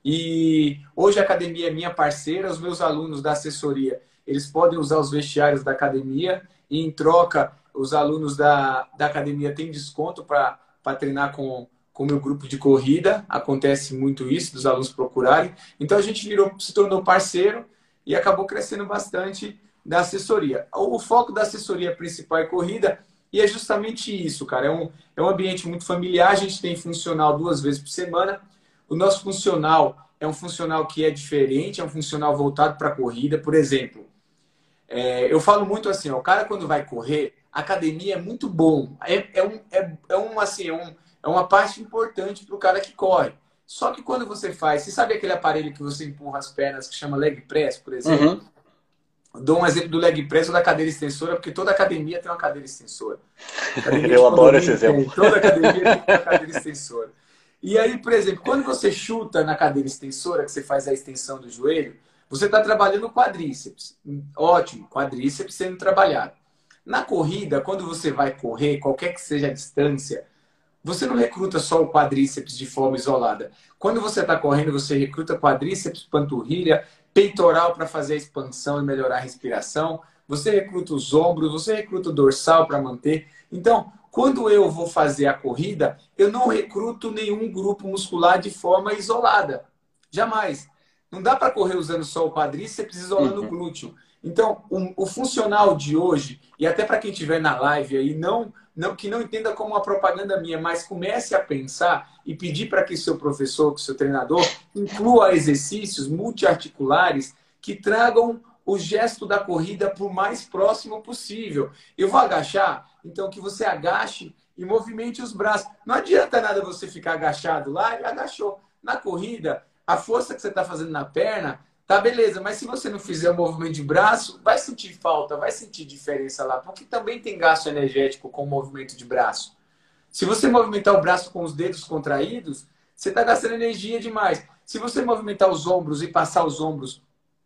e hoje a academia é minha parceira, os meus alunos da assessoria, eles podem usar os vestiários da academia e em troca os alunos da, da academia têm desconto para treinar com com o meu grupo de corrida, acontece muito isso, dos alunos procurarem, então a gente virou, se tornou parceiro e acabou crescendo bastante da assessoria. O foco da assessoria principal é corrida. E é justamente isso, cara. É um, é um ambiente muito familiar. A gente tem funcional duas vezes por semana. O nosso funcional é um funcional que é diferente, é um funcional voltado para a corrida. Por exemplo, é, eu falo muito assim, ó, o cara quando vai correr, a academia é muito bom. É, é, um, é, é, um, assim, é, um, é uma parte importante para o cara que corre. Só que quando você faz, você sabe aquele aparelho que você empurra as pernas que chama leg press, por exemplo? Uhum. Dou um exemplo do leg press ou da cadeira extensora, porque toda academia tem uma cadeira extensora. Academia Eu adoro esse exemplo. Tem, toda academia tem uma cadeira extensora. E aí, por exemplo, quando você chuta na cadeira extensora, que você faz a extensão do joelho, você está trabalhando o quadríceps. Ótimo, quadríceps sendo trabalhado. Na corrida, quando você vai correr, qualquer que seja a distância, você não recruta só o quadríceps de forma isolada. Quando você está correndo, você recruta quadríceps, panturrilha, peitoral para fazer a expansão e melhorar a respiração. Você recruta os ombros, você recruta o dorsal para manter. Então, quando eu vou fazer a corrida, eu não recruto nenhum grupo muscular de forma isolada. Jamais. Não dá para correr usando só o quadríceps, isolando uhum. o glúteo. Então, o, o funcional de hoje, e até para quem estiver na live aí, não, não, que não entenda como uma propaganda minha, mas comece a pensar e pedir para que seu professor, que seu treinador, inclua exercícios multiarticulares que tragam o gesto da corrida para o mais próximo possível. Eu vou agachar, então que você agache e movimente os braços. Não adianta nada você ficar agachado lá e agachou. Na corrida, a força que você está fazendo na perna, tá beleza, mas se você não fizer o movimento de braço, vai sentir falta, vai sentir diferença lá, porque também tem gasto energético com o movimento de braço. Se você movimentar o braço com os dedos contraídos, você está gastando energia demais. Se você movimentar os ombros e passar os ombros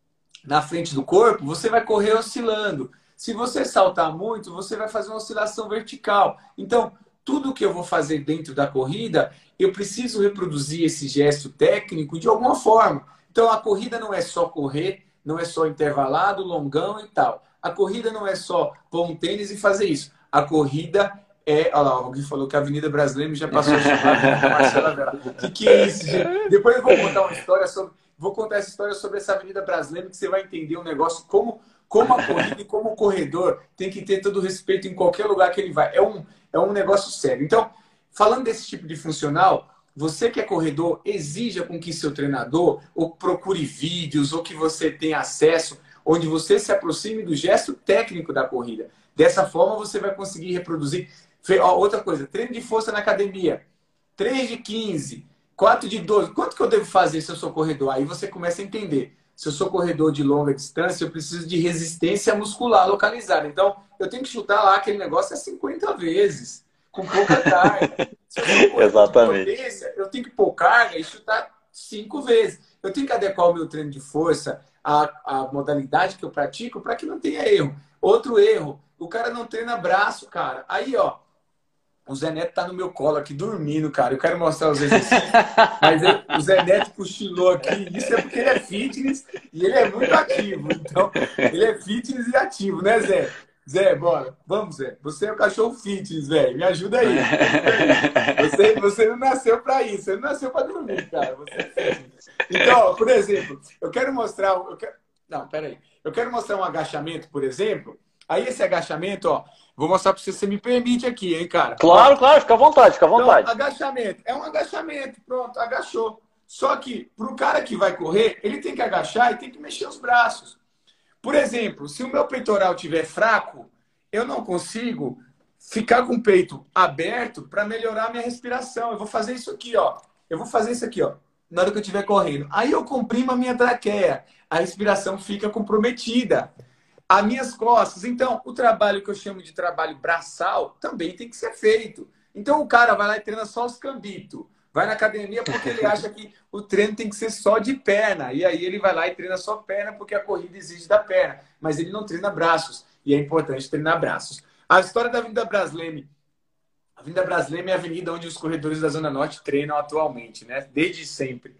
na frente do corpo, você vai correr oscilando. Se você saltar muito, você vai fazer uma oscilação vertical. Então, tudo que eu vou fazer dentro da corrida, eu preciso reproduzir esse gesto técnico de alguma forma. Então, a corrida não é só correr, não é só intervalado, longão e tal. A corrida não é só pôr um tênis e fazer isso. A corrida é... Olha lá, alguém falou que a Avenida Brasileira já passou a chamar Marcela Vera. O que, que é isso, gente? Depois eu vou contar uma história sobre... Vou contar essa história sobre essa Avenida Brasileira, que você vai entender um negócio como, como a corrida e como o corredor tem que ter todo o respeito em qualquer lugar que ele vai. É um, é um negócio sério. Então, falando desse tipo de funcional, você que é corredor, exija com que seu treinador ou procure vídeos ou que você tenha acesso, onde você se aproxime do gesto técnico da corrida. Dessa forma, você vai conseguir reproduzir. Outra coisa, treino de força na academia. três de quinze, quatro de doze. Quanto que eu devo fazer se eu sou corredor? Aí você começa a entender. Se eu sou corredor de longa distância, eu preciso de resistência muscular localizada. Então, eu tenho que chutar lá aquele negócio a cinquenta vezes, com pouca carga. Se eu sou corredor Exatamente. de potência, eu tenho que pôr carga e chutar cinco vezes. Eu tenho que adequar o meu treino de força à, à modalidade que eu pratico para que não tenha erro. Outro erro, o cara não treina braço, cara. Aí, ó, o Zé Neto tá no meu colo aqui dormindo, cara. Eu quero mostrar os exercícios, mas ele, o Zé Neto cochilou aqui. Isso é porque ele é fitness e ele é muito ativo. Então, ele é fitness e ativo, né, Zé? Zé, bora. Vamos, Zé. Você é o cachorro fitness, velho. Me ajuda aí. Você, você não nasceu pra isso. Você não nasceu pra dormir, cara. Você é fitness. Então, ó, por exemplo, eu quero mostrar... Eu quero... Não, peraí. Eu quero mostrar um agachamento, por exemplo. Aí esse agachamento, ó, vou mostrar para você, você me permite aqui, hein, cara? Claro, ó, claro, fica à vontade, fica à vontade. Então, agachamento, é um agachamento, pronto, agachou. Só que para o cara que vai correr, ele tem que agachar e tem que mexer os braços. Por exemplo, se o meu peitoral estiver fraco, eu não consigo ficar com o peito aberto para melhorar a minha respiração. Eu vou fazer isso aqui, ó. Eu vou fazer isso aqui, ó, na hora que eu estiver correndo. Aí eu comprimo a minha traqueia, a respiração fica comprometida. As minhas costas. Então, o trabalho que eu chamo de trabalho braçal também tem que ser feito. Então, o cara vai lá e treina só os cambitos. Vai na academia porque ele acha que o treino tem que ser só de perna. E aí ele vai lá e treina só perna porque a corrida exige da perna. Mas ele não treina braços. E é importante treinar braços. A história da Avenida Brasleme. A Avenida Brasleme é a avenida onde os corredores da Zona Norte treinam atualmente, né? Desde sempre.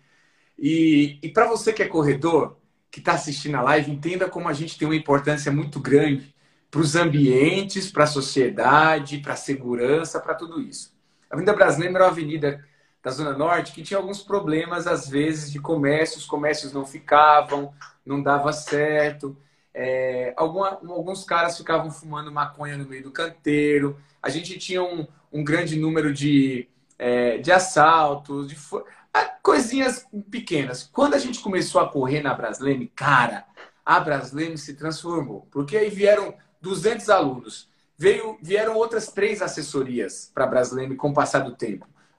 E, e para você que é corredor, que está assistindo a live, entenda como a gente tem uma importância muito grande para os ambientes, para a sociedade, para a segurança, para tudo isso. A Avenida Brasileira era uma avenida da Zona Norte que tinha alguns problemas, às vezes, de comércio. Os comércios não ficavam, não dava certo. É, alguma, alguns caras ficavam fumando maconha no meio do canteiro. A gente tinha um, um grande número de, é, de assaltos, de... coisinhas pequenas. Quando a gente começou a correr na Brasleme, cara, a Brasleme se transformou. Porque aí vieram duzentos alunos. Veio, vieram outras três assessorias para a Brasleme com o passar do tempo.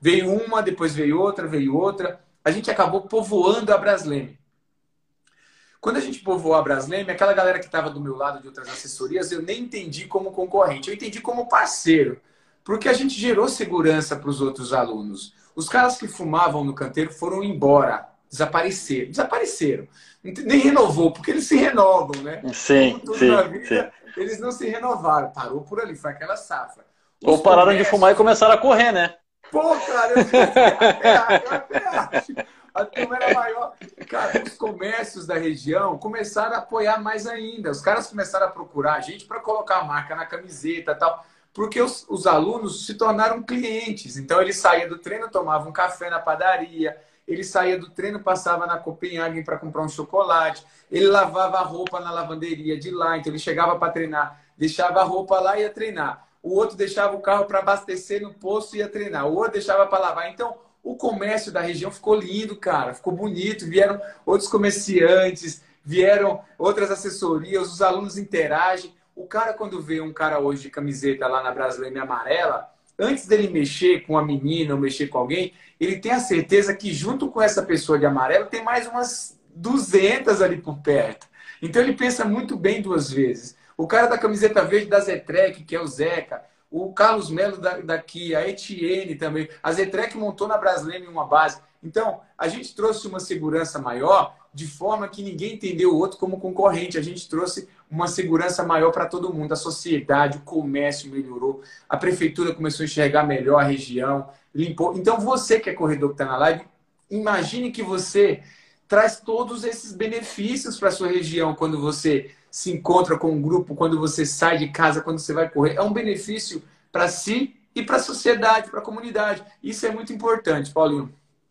Veio uma, depois veio outra, veio outra. A gente acabou povoando a Brasleme. Quando a gente povoou a Brasleme, aquela galera que estava do meu lado de outras assessorias, eu nem entendi como concorrente, eu entendi como parceiro. Porque a gente gerou segurança para os outros alunos. Os caras que fumavam no canteiro foram embora, desapareceram. Desapareceram. Nem renovou, porque eles se renovam, né? Sim, como tudo sim, na vida, sim. eles não se renovaram. Parou por ali, foi aquela safra. Os Ou pararam comércios... de fumar e começaram a correr, né? Pô, cara, eu até acho, eu até acho. A turma era maior. Cara, os comércios da região começaram a apoiar mais ainda. Os caras começaram a procurar a gente para colocar a marca na camiseta e tal. Porque os, os alunos se tornaram clientes. Então, ele saía do treino, tomava um café na padaria. Ele saía do treino, passava na Copenhagen para comprar um chocolate. Ele lavava a roupa na lavanderia de lá. Então, ele chegava para treinar, deixava a roupa lá e ia treinar. O outro deixava o carro para abastecer no posto e ia treinar. O outro deixava para lavar. Então, o comércio da região ficou lindo, cara. Ficou bonito. Vieram outros comerciantes, vieram outras assessorias, os alunos interagem. O cara, quando vê um cara hoje de camiseta lá na Brasleme amarela, antes dele mexer com a menina ou mexer com alguém, ele tem a certeza que junto com essa pessoa de amarelo tem mais umas duzentas ali por perto. Então, ele pensa muito bem duas vezes. O cara da camiseta verde da Zetrec, que é o Zeca, o Carlos Melo daqui, a Etienne também. A Zetrec montou na Brasleme uma base. Então, a gente trouxe uma segurança maior de forma que ninguém entendeu o outro como concorrente. A gente trouxe uma segurança maior para todo mundo. A sociedade, o comércio melhorou, a prefeitura começou a enxergar melhor a região, limpou. Então, você que é corredor que está na live, imagine que você traz todos esses benefícios para a sua região quando você se encontra com um grupo, quando você sai de casa, quando você vai correr. É um benefício para si e para a sociedade, para a comunidade. Isso é muito importante, Paulinho.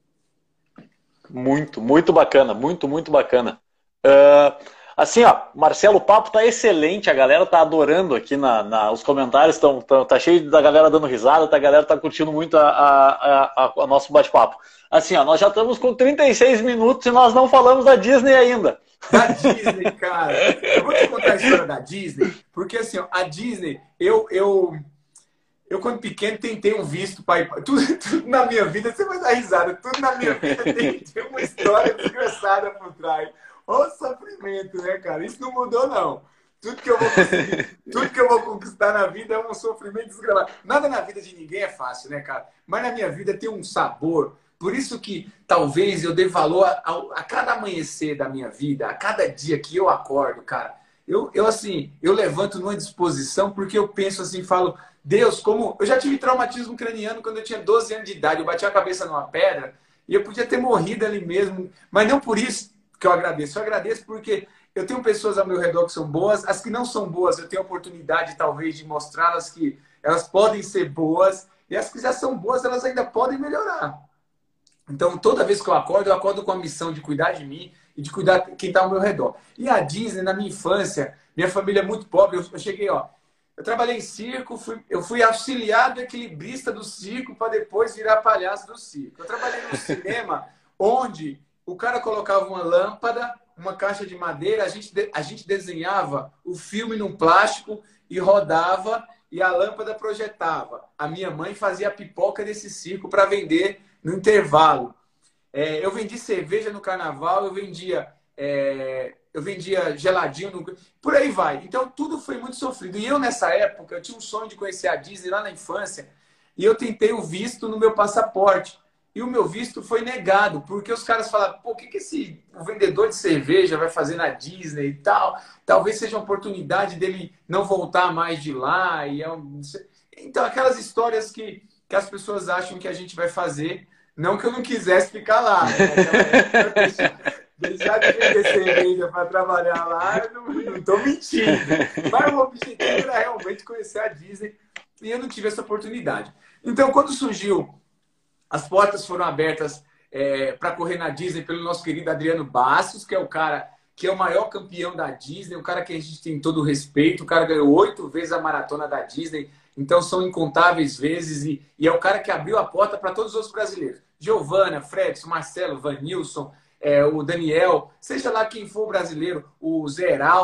Muito, muito bacana. Muito, muito bacana. Uh, assim, ó, Marcelo, o papo tá excelente. A galera tá adorando aqui na, na os comentários. Tão, tão, tá cheio da galera dando risada. Tá, a galera tá curtindo muito a, a, a, a nosso bate-papo. Assim, ó, nós já estamos com trinta e seis minutos e nós não falamos da Disney ainda. Da Disney, cara. Eu vou te contar a história da Disney, porque assim, ó, a Disney, eu, eu, eu quando pequeno tentei um visto para ir. Tudo, tudo na minha vida, você vai dar risada, tudo na minha vida tem, tem uma história desgraçada por trás. Olha o sofrimento, né, cara? Isso não mudou, não. Tudo que eu vou conseguir, tudo que eu vou conquistar na vida é um sofrimento desgraçado. Nada na vida de ninguém é fácil, né, cara? Mas na minha vida tem um sabor. Por isso que talvez eu dê valor a, a, a cada amanhecer da minha vida, a cada dia que eu acordo, cara. Eu, eu assim, eu levanto numa disposição porque eu penso assim, falo, Deus, como... Eu já tive traumatismo craniano quando eu tinha doze anos de idade. Eu bati a cabeça numa pedra e eu podia ter morrido ali mesmo. Mas não por isso que eu agradeço. Eu agradeço porque eu tenho pessoas ao meu redor que são boas. As que não são boas, eu tenho a oportunidade, talvez, de mostrá-las que elas podem ser boas. E as que já são boas, elas ainda podem melhorar. Então, toda vez que eu acordo, eu acordo com a missão de cuidar de mim e de cuidar de quem está ao meu redor. E a Disney, na minha infância, minha família é muito pobre. Eu, eu cheguei, ó, eu trabalhei em circo, fui, eu fui auxiliar do equilibrista do circo para depois virar palhaço do circo. Eu trabalhei no cinema, onde o cara colocava uma lâmpada, uma caixa de madeira, a gente, a gente desenhava o filme num plástico e rodava e a lâmpada projetava. A minha mãe fazia a pipoca desse circo para vender no intervalo. É, eu vendi cerveja no carnaval, eu vendia, é, eu vendia geladinho, no... por aí vai. Então, tudo foi muito sofrido. E eu, nessa época, eu tinha um sonho de conhecer a Disney lá na infância, e eu tentei o visto no meu passaporte. E o meu visto foi negado, porque os caras falaram, pô, o que, que esse o vendedor de cerveja vai fazer na Disney e tal? Talvez seja uma oportunidade dele não voltar mais de lá. E é um... Então, aquelas histórias que, que as pessoas acham que a gente vai fazer. Não que eu não quisesse ficar lá, né? deixar, deixar de vender cerveja para trabalhar lá, eu não estou mentindo. Mas o objetivo era realmente conhecer a Disney e eu não tive essa oportunidade. Então, quando surgiu, as portas foram abertas é, para correr na Disney pelo nosso querido Adriano Bastos, que é o cara que é o maior campeão da Disney, o cara que a gente tem todo o respeito, o cara ganhou oito vezes a maratona da Disney. Então, são incontáveis vezes e, e é o cara que abriu a porta para todos os outros brasileiros. Giovana, Fredson, Marcelo, Vanilson, é, o Daniel, seja lá quem for brasileiro, o Zé Heraldo,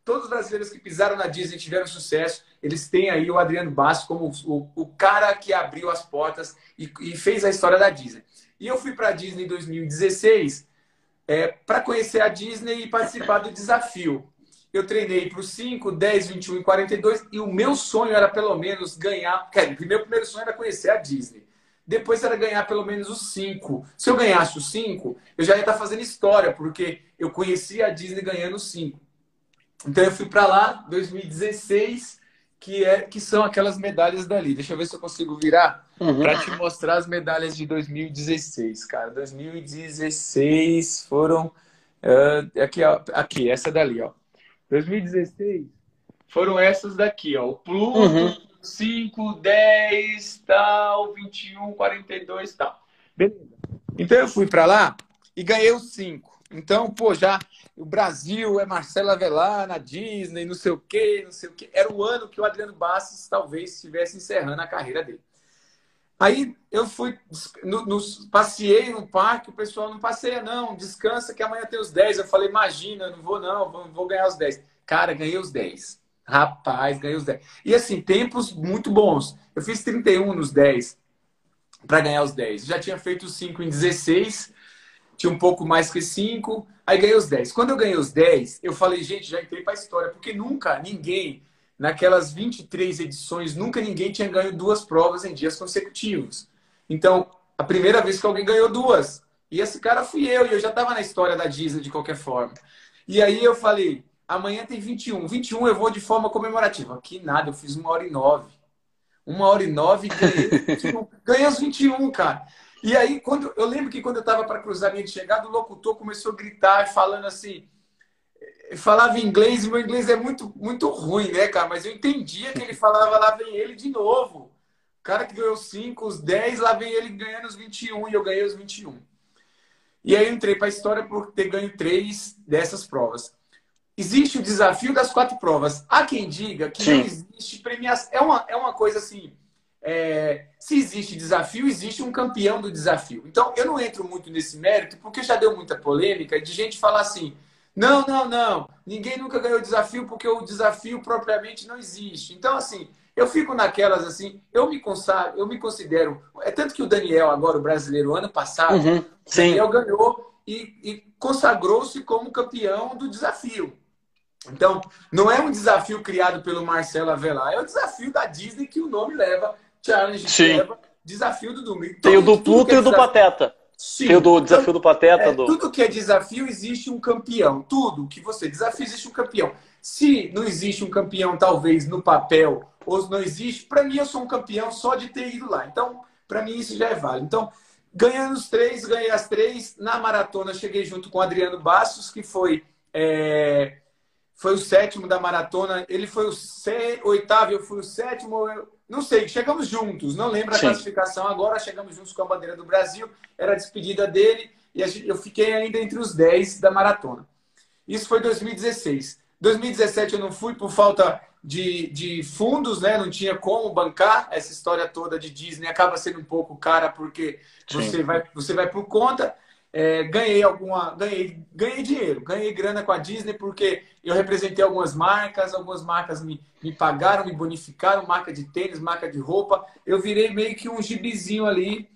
todos os brasileiros que pisaram na Disney tiveram sucesso. Eles têm aí o Adriano Bastos como o, o cara que abriu as portas e, e fez a história da Disney. E eu fui para a Disney em dois mil e dezesseis é, para conhecer a Disney e participar do desafio. Eu treinei para os cinco, dez, vinte e um e quarenta e dois e o meu sonho era pelo menos ganhar... Quer dizer, o meu primeiro sonho era conhecer a Disney. Depois era ganhar pelo menos os cinco. Se eu ganhasse os cinco, eu já ia estar fazendo história, porque eu conhecia a Disney ganhando os cinco. Então eu fui para lá, dois mil e dezesseis, que, é, que são aquelas medalhas dali. Deixa eu ver se eu consigo virar uhum. para te mostrar as medalhas de dois mil e dezesseis, cara. dois mil e dezesseis foram... Uh, aqui, ó, aqui, essa dali, ó. dois mil e dezesseis foram essas daqui, ó. O Pluto... Uhum. cinco, dez, tal, vinte e um, quarenta e dois, tal. Beleza. Então eu fui para lá e ganhei os cinco. Então, pô, já o Brasil é Marcelo Avelar na Disney, não sei o quê, não sei o quê. Era o ano que o Adriano Bastos talvez estivesse encerrando a carreira dele. Aí eu fui, no, no, passeei no parque, o pessoal não passeia não, descansa que amanhã tem os dez. Eu falei, imagina, não vou não, vou, vou ganhar os dez. Cara, ganhei os dez. Rapaz, ganhei os dez. E assim, tempos muito bons. Eu fiz trinta e um nos dez para ganhar os dez. Já tinha feito os cinco em dezesseis, tinha um pouco mais que cinco, aí ganhei os dez. Quando eu ganhei os dez, eu falei, gente, já entrei para a história, porque nunca ninguém, naquelas vinte e três edições, nunca ninguém tinha ganho duas provas em dias consecutivos. Então, a primeira vez que alguém ganhou duas. E esse cara fui eu, e eu já estava na história da Disney de qualquer forma. E aí eu falei, amanhã tem vinte e um. vinte e um eu vou de forma comemorativa. Que nada, eu fiz uma hora e nove. Uma hora e nove e ganhei os vinte e um. Ganhei os vinte e um, cara. E aí, quando, eu lembro que quando eu estava para cruzar a linha de chegada, o locutor começou a gritar, falando assim... Falava inglês, e meu inglês é muito, muito ruim, né, cara? Mas eu entendia que ele falava, lá vem ele de novo. O cara que ganhou cinco, os dez, lá vem ele ganhando os vinte e um, e eu ganhei os vinte e um. E aí eu entrei para a história por ter ganho três dessas provas. Existe o desafio das quatro provas. Há quem diga que Sim. não existe premiação. É uma, é uma coisa assim... É, se existe desafio, existe um campeão do desafio. Então, eu não entro muito nesse mérito, porque já deu muita polêmica de gente falar assim, não, não, não, ninguém nunca ganhou desafio porque o desafio propriamente não existe. Então, assim, eu fico naquelas assim, eu me, consagro, eu me considero... É tanto que o Daniel, agora o brasileiro, ano passado, uhum, o Daniel ganhou e, e consagrou-se como campeão do desafio. Então, não é um desafio criado pelo Marcelo Avelar, é o desafio da Disney que o nome leva... Challenge, Sim. leva, desafio do domingo. Tem o do Pluto e o do Pateta. Sim. Tem o do desafio do Pateta. É, do... Tudo que é desafio, existe um campeão. Tudo que você desafia, existe um campeão. Se não existe um campeão, talvez, no papel, ou não existe, para mim, eu sou um campeão só de ter ido lá. Então, para mim, isso já é válido. Então, ganhando os três, ganhei as três. Na maratona, cheguei junto com o Adriano Bastos, que foi... É... Foi o sétimo da maratona. Ele foi o sé... oitavo, eu fui o sétimo... Eu... Não sei, chegamos juntos, não lembro a Sim. classificação agora, chegamos juntos com a bandeira do Brasil, era a despedida dele e eu fiquei ainda entre os dez da maratona. Isso foi dois mil e dezesseis. dois mil e dezessete eu não fui por falta de, de fundos, né? Não tinha como bancar essa história toda de Disney, acaba sendo um pouco cara porque você vai, você vai por conta. É, ganhei alguma, ganhei, ganhei dinheiro, ganhei grana com a Disney porque eu representei algumas marcas, algumas marcas me, me pagaram, me bonificaram, marca de tênis, marca de roupa. Eu virei meio que um gibizinho ali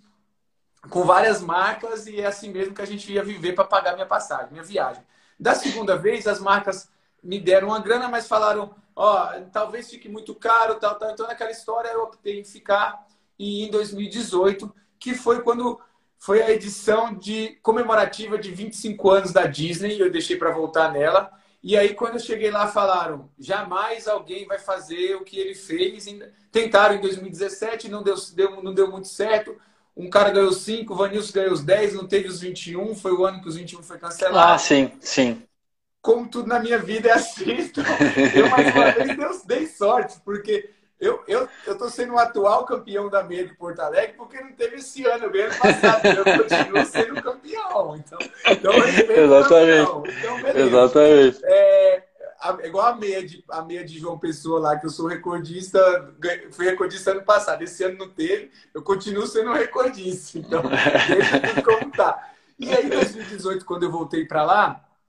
com várias marcas e é assim mesmo que a gente ia viver para pagar minha passagem, minha viagem. Da segunda vez, as marcas me deram uma grana, mas falaram, ó, oh, talvez fique muito caro, tal, tal. Então, naquela história, eu optei em ficar e em dois mil e dezoito, que foi quando... Foi a edição de, comemorativa de vinte e cinco anos da Disney, eu deixei para voltar nela. E aí, quando eu cheguei lá, falaram, jamais alguém vai fazer o que ele fez. Tentaram em dois mil e dezessete, não deu, deu, não deu muito certo. Um cara ganhou cinco, o Vanilson ganhou os dez, não teve os vinte e um, foi o ano que os vinte e um foi cancelado. Ah, sim, sim. Como tudo na minha vida é assim, então, eu mais uma vez dei, dei sorte, porque... Eu, eu, eu tô sendo o atual campeão da meia de Porto Alegre porque não teve esse ano, eu ganhei ano passado, eu continuo sendo campeão. Então, então eu Exatamente. Campeão. Então, beleza. Exatamente. É, a, igual a meia, de, a meia de João Pessoa lá, que eu sou recordista, fui recordista ano passado, esse ano não teve, eu continuo sendo recordista. Então, deixa tudo como tá. E aí, em dois mil e dezoito, quando eu voltei para lá,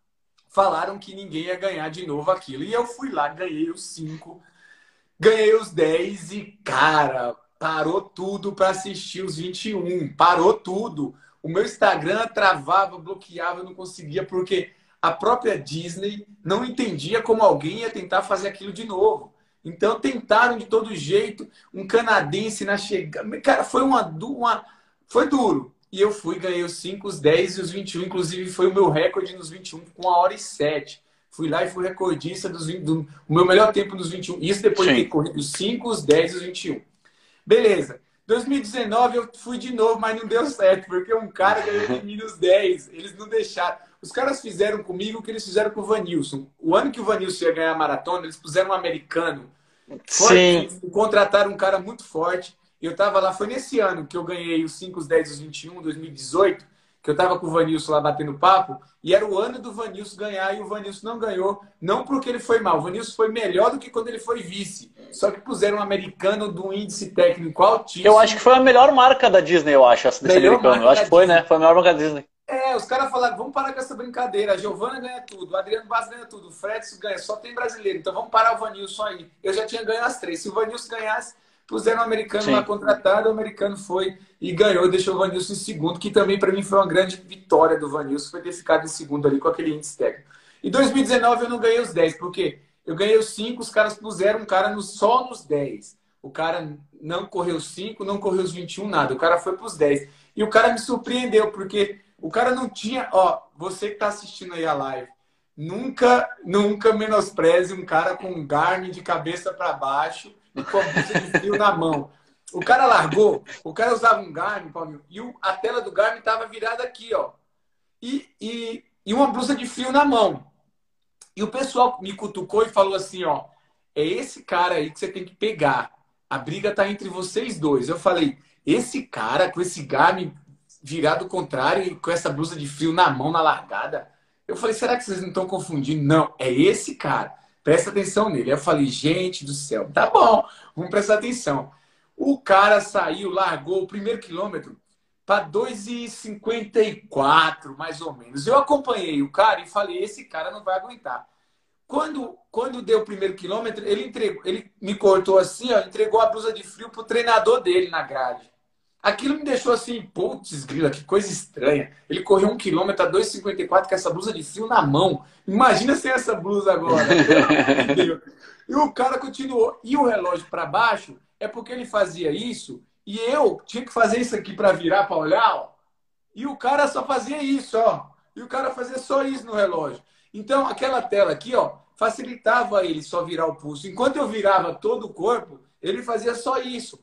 falaram que ninguém ia ganhar de novo aquilo. E eu fui lá, ganhei os cinco, ganhei os dez e, cara, parou tudo para assistir os vinte e um. Parou tudo. O meu Instagram travava, bloqueava, eu não conseguia, porque a própria Disney não entendia como alguém ia tentar fazer aquilo de novo. Então tentaram de todo jeito, um canadense na chegada. Cara, foi uma, uma foi duro. E eu fui, ganhei os cinco, os dez e os vinte e um. Inclusive foi o meu recorde nos vinte e um com uma hora e sete. Fui lá e fui recordista dos vinte, do o meu melhor tempo nos vinte e um. Isso depois Sim. de ter corrido os cinco, os dez e os vinte e um. Beleza. dois mil e dezenove eu fui de novo, mas não deu certo, porque um cara ganhou de mim nos dez. Eles não deixaram. Os caras fizeram comigo o que eles fizeram com o Vanilson. O ano que o Vanilson ia ganhar a maratona, eles puseram um americano. Sim. Forte, contrataram um cara muito forte. Eu tava lá, foi nesse ano que eu ganhei os cinco, os dez e os vinte e um, dois mil e dezoito, que eu tava com o Vanilson lá batendo papo, e era o ano do Vanilson ganhar, e o Vanilson não ganhou, não porque ele foi mal. O Vanilson foi melhor do que quando ele foi vice. Só que puseram um americano do índice técnico altíssimo. Eu acho que foi a melhor marca da Disney, eu acho, essa desse americano. Eu acho que foi, Disney. né? Foi a melhor marca da Disney. É, os caras falaram, vamos parar com essa brincadeira. A Giovana ganha tudo, o Adriano Bastos ganha tudo, o Fredson ganha, só tem brasileiro. Então vamos parar o Vanilson aí. Eu já tinha ganho as três. Se o Vanilson ganhasse, puseram um americano Sim. lá contratado, o americano foi e ganhou, deixou o Vanilson em segundo, que também para mim foi uma grande vitória do Vanilson, foi ter ficado em segundo ali com aquele índice técnico. Em dois mil e dezenove eu não ganhei os dez, porque eu ganhei os cinco, os caras puseram um cara no, só nos dez. O cara não correu os cinco, não correu os vinte e um, nada. O cara foi para os dez. E o cara me surpreendeu, porque o cara não tinha... Ó, você que está assistindo aí a live, nunca, nunca menospreze um cara com um Garmin de cabeça para baixo e com a blusa de frio na mão. O cara largou, o cara usava um Garmin, Paulinho, e o, a tela do Garmin estava virada aqui, ó. E, e, e uma blusa de frio na mão. E o pessoal me cutucou e falou assim, ó, é esse cara aí que você tem que pegar. A briga tá entre vocês dois. Eu falei, esse cara com esse Garmin virado ao contrário e com essa blusa de frio na mão, na largada. Eu falei, será que vocês não estão confundindo? Não, é esse cara. Presta atenção nele. Aí eu falei, gente do céu, tá bom, vamos prestar atenção. O cara saiu, largou o primeiro quilômetro para dois e cinquenta e quatro, mais ou menos. Eu acompanhei o cara e falei, esse cara não vai aguentar. Quando, quando deu o primeiro quilômetro, ele, entregou, ele me cortou assim, ó, entregou a blusa de frio pro treinador dele na grade. Aquilo me deixou assim, putz, grila, que coisa estranha. Ele correu um quilômetro a dois e cinquenta e quatro com essa blusa de frio na mão. Imagina sem essa blusa agora. E o cara continuou. E o relógio para baixo é porque ele fazia isso e eu tinha que fazer isso aqui para virar, para olhar, ó. E o cara só fazia isso, ó. E o cara fazia só isso no relógio. Então, aquela tela aqui, ó, facilitava ele só virar o pulso. Enquanto eu virava todo o corpo, ele fazia só isso.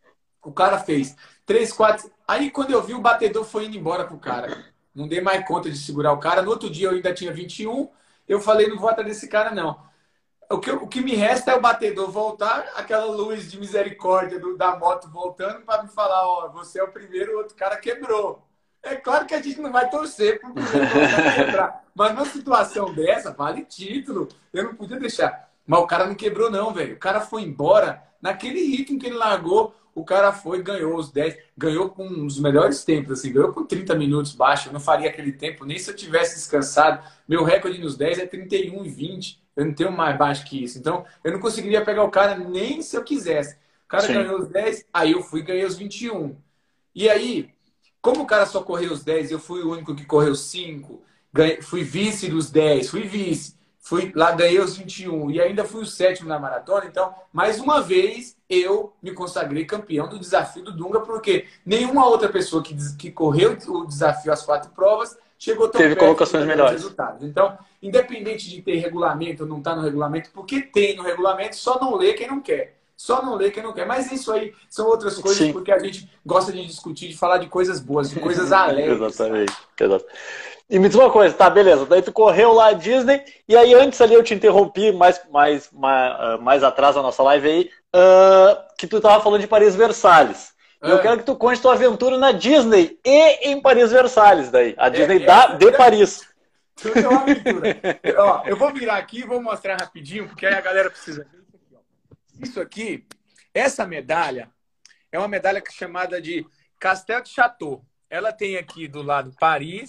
O cara fez três, quatro... Aí, quando eu vi, o batedor foi indo embora pro cara. Não dei mais conta de segurar o cara. No outro dia, eu ainda tinha vinte e um. Eu falei, não vou atrás desse cara, não. O que, o que me resta é o batedor voltar, aquela luz de misericórdia do, da moto voltando para me falar, ó, você é o primeiro, o outro cara quebrou. É claro que a gente não vai torcer para o primeiro quebrar. Mas numa situação dessa, vale título. Eu não podia deixar. Mas o cara não quebrou, não, velho. O cara foi embora naquele ritmo que ele largou. O cara foi, ganhou os dez, ganhou com os melhores tempos, assim, ganhou com trinta minutos baixo. Eu não faria aquele tempo nem se eu tivesse descansado. Meu recorde nos dez é trinta e um e vinte. Eu não tenho mais baixo que isso. Então, eu não conseguiria pegar o cara nem se eu quisesse. O cara Sim. ganhou os dez, aí eu fui e ganhei os vinte e um. E aí, como o cara só correu os dez, eu fui o único que correu cinco, ganhei, fui vice dos dez, fui vice. Fui lá, ganhei os vinte e um e ainda fui o sétimo na maratona. Então, mais uma vez, eu me consagrei campeão do desafio do Dunga, porque nenhuma outra pessoa que, que correu o desafio às quatro provas chegou tão Teve perto colocações melhores. Resultados. Então, independente de ter regulamento ou não estar no regulamento, porque tem no regulamento, só não lê quem não quer. Só não lê quem não quer. Mas isso aí são outras coisas, Sim. porque a gente gosta de discutir, de falar de coisas boas, de coisas alegres. Exatamente. Exatamente. E me diz uma coisa, tá, beleza. Daí tu correu lá a Disney, e aí antes ali eu te interrompi mais, mais, mais, mais atrás da nossa live aí, uh, que tu tava falando de Paris-Versalhes. É. Eu quero que tu conte tua aventura na Disney e em Paris-Versalhes daí. A Disney é, da, é, de Paris. Tudo é uma aventura. Ó, eu vou virar aqui e vou mostrar rapidinho, porque aí a galera precisa ver isso aqui. Ó. Isso aqui, essa medalha, é uma medalha chamada de Castel de Chateau. Ela tem aqui do lado Paris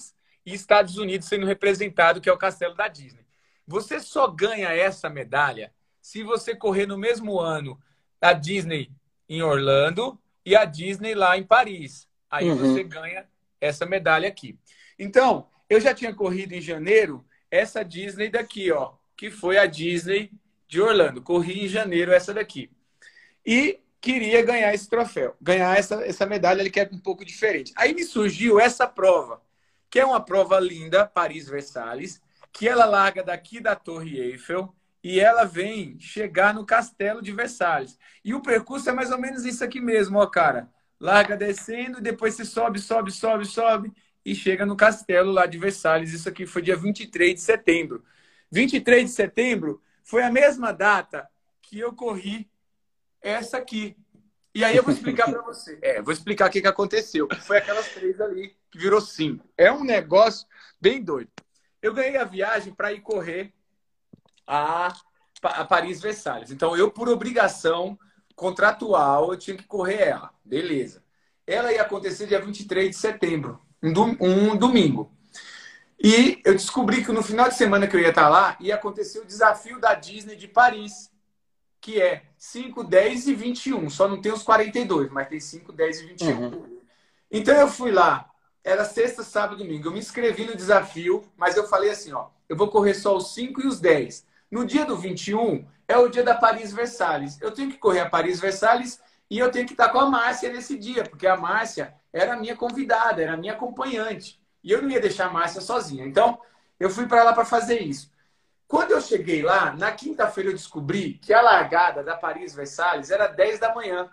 e Estados Unidos sendo representado, que é o castelo da Disney. Você só ganha essa medalha se você correr no mesmo ano a Disney em Orlando e a Disney lá em Paris. Aí uhum. você ganha essa medalha aqui. Então, eu já tinha corrido em janeiro essa Disney daqui, ó, que foi a Disney de Orlando. Corri em janeiro essa daqui. E queria ganhar esse troféu, ganhar essa, essa medalha ali que é um pouco diferente. Aí me surgiu essa prova, que é uma prova linda, Paris-Versalhes, que ela larga daqui da Torre Eiffel e ela vem chegar no Castelo de Versalhes. E o percurso é mais ou menos isso aqui mesmo, ó, cara. Larga descendo, depois você sobe, sobe, sobe, sobe e chega no Castelo lá de Versalhes. Isso aqui foi dia vinte e três de setembro. vinte e três de setembro foi a mesma data que eu corri essa aqui. E aí eu vou explicar para você. É, vou explicar o que, que aconteceu. Foi aquelas três ali que virou cinco. É um negócio bem doido. Eu ganhei a viagem para ir correr a, a Paris-Versalhes. Então, eu, por obrigação contratual, eu tinha que correr ela. Beleza. Ela ia acontecer dia vinte e três de setembro, um, dom, um domingo. E eu descobri que no final de semana que eu ia estar lá, ia acontecer o desafio da Disney de Paris, que é cinco, dez e vinte e um. Só não tem os quarenta e dois, mas tem cinco, dez e vinte e um. Uhum. Então eu fui lá. Era sexta, sábado e domingo. Eu me inscrevi no desafio, mas eu falei assim, ó, eu vou correr só os cinco e os dez. No dia do vinte e um, é o dia da Paris-Versalhes. Eu tenho que correr a Paris-Versalhes e eu tenho que estar com a Márcia nesse dia, porque a Márcia era a minha convidada, era a minha acompanhante. E eu não ia deixar a Márcia sozinha. Então, eu fui para lá para fazer isso. Quando eu cheguei lá, na quinta-feira eu descobri que a largada da Paris-Versalhes era dez da manhã.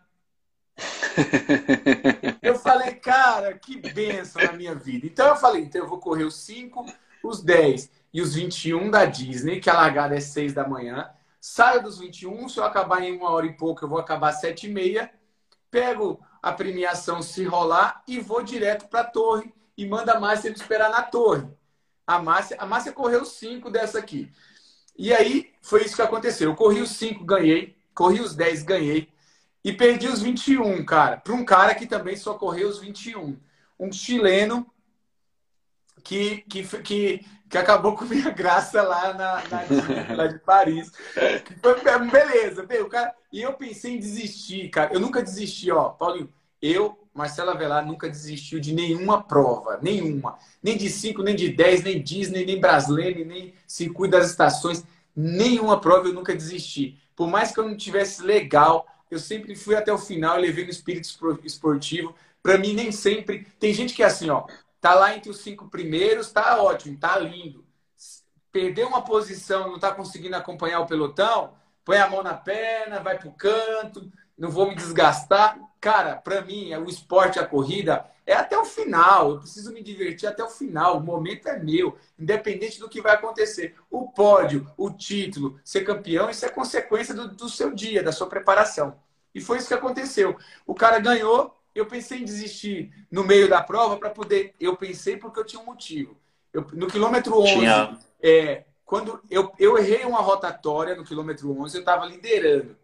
Eu falei, cara, que bênção na minha vida. Então eu falei, então eu vou correr os cinco, os dez e os vinte e um da Disney, que a largada é seis da manhã. Saio dos vinte e um, se eu acabar em uma hora e pouco, eu vou acabar às sete e meia. Pego a premiação se rolar e vou direto para a torre e mando a Márcia me esperar na torre. A Márcia, a Márcia correu cinco dessa aqui. E aí foi isso que aconteceu. Eu corri os cinco, ganhei. Corri os dez, ganhei. E perdi os vinte e um, cara. Para um cara que também só correu os vinte e um. Um chileno que, que, que, que acabou com minha graça lá na, na lá de Paris. Foi, beleza. O cara, e eu pensei em desistir, cara. Eu nunca desisti, ó. Paulinho, eu, Marcelo Avelar, nunca desistiu de nenhuma prova. Nenhuma. Nem de cinco, nem de dez, nem Disney, nem Braslene, nem Circuito das Estações. Nenhuma prova eu nunca desisti. Por mais que eu não tivesse legal, eu sempre fui até o final, levei no espírito esportivo. Para mim, nem sempre... Tem gente que é assim, ó. Tá lá entre os cinco primeiros, tá ótimo, tá lindo. Perdeu uma posição, não tá conseguindo acompanhar o pelotão, põe a mão na perna, vai pro canto, não vou me desgastar. Cara, para mim, o esporte, a corrida, é até o final. Eu preciso me divertir até o final. O momento é meu, independente do que vai acontecer. O pódio, o título, ser campeão, isso é consequência do, do seu dia, da sua preparação. E foi isso que aconteceu. O cara ganhou, eu pensei em desistir no meio da prova para poder... Eu pensei porque eu tinha um motivo. Eu, no quilômetro onze, tinha... é, quando eu, eu errei uma rotatória no quilômetro onze, eu estava liderando.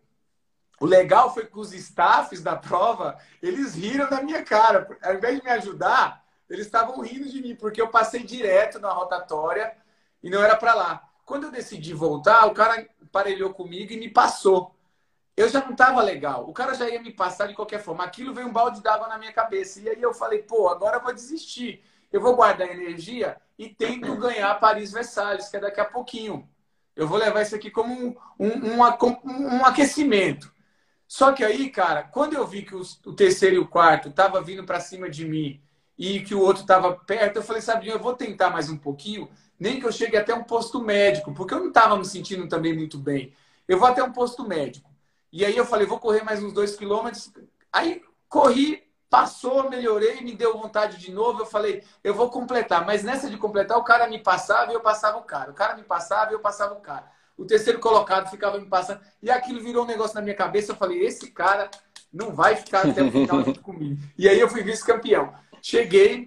O legal foi que os staffs da prova, eles riram da minha cara. Ao invés de me ajudar, eles estavam rindo de mim, porque eu passei direto na rotatória e não era para lá. Quando eu decidi voltar, o cara emparelhou comigo e me passou. Eu já não estava legal. O cara já ia me passar de qualquer forma. Aquilo veio um balde d'água na minha cabeça. E aí eu falei, pô, agora eu vou desistir. Eu vou guardar energia e tento ganhar Paris-Versalhes, que é daqui a pouquinho. Eu vou levar isso aqui como um, um, um, um aquecimento. Só que aí, cara, quando eu vi que os, o terceiro e o quarto estavam vindo para cima de mim e que o outro estava perto, eu falei, sabe, eu vou tentar mais um pouquinho, nem que eu chegue até um posto médico, porque eu não estava me sentindo também muito bem. Eu vou até um posto médico. E aí eu falei, vou correr mais uns dois quilômetros. Aí corri, passou, melhorei, me deu vontade de novo. Eu falei, eu vou completar. Mas nessa de completar, o cara me passava e eu passava o cara. O cara me passava e eu passava o cara. O terceiro colocado ficava me passando. E aquilo virou um negócio na minha cabeça. Eu falei, esse cara não vai ficar até o final junto comigo. E aí eu fui vice-campeão. Cheguei,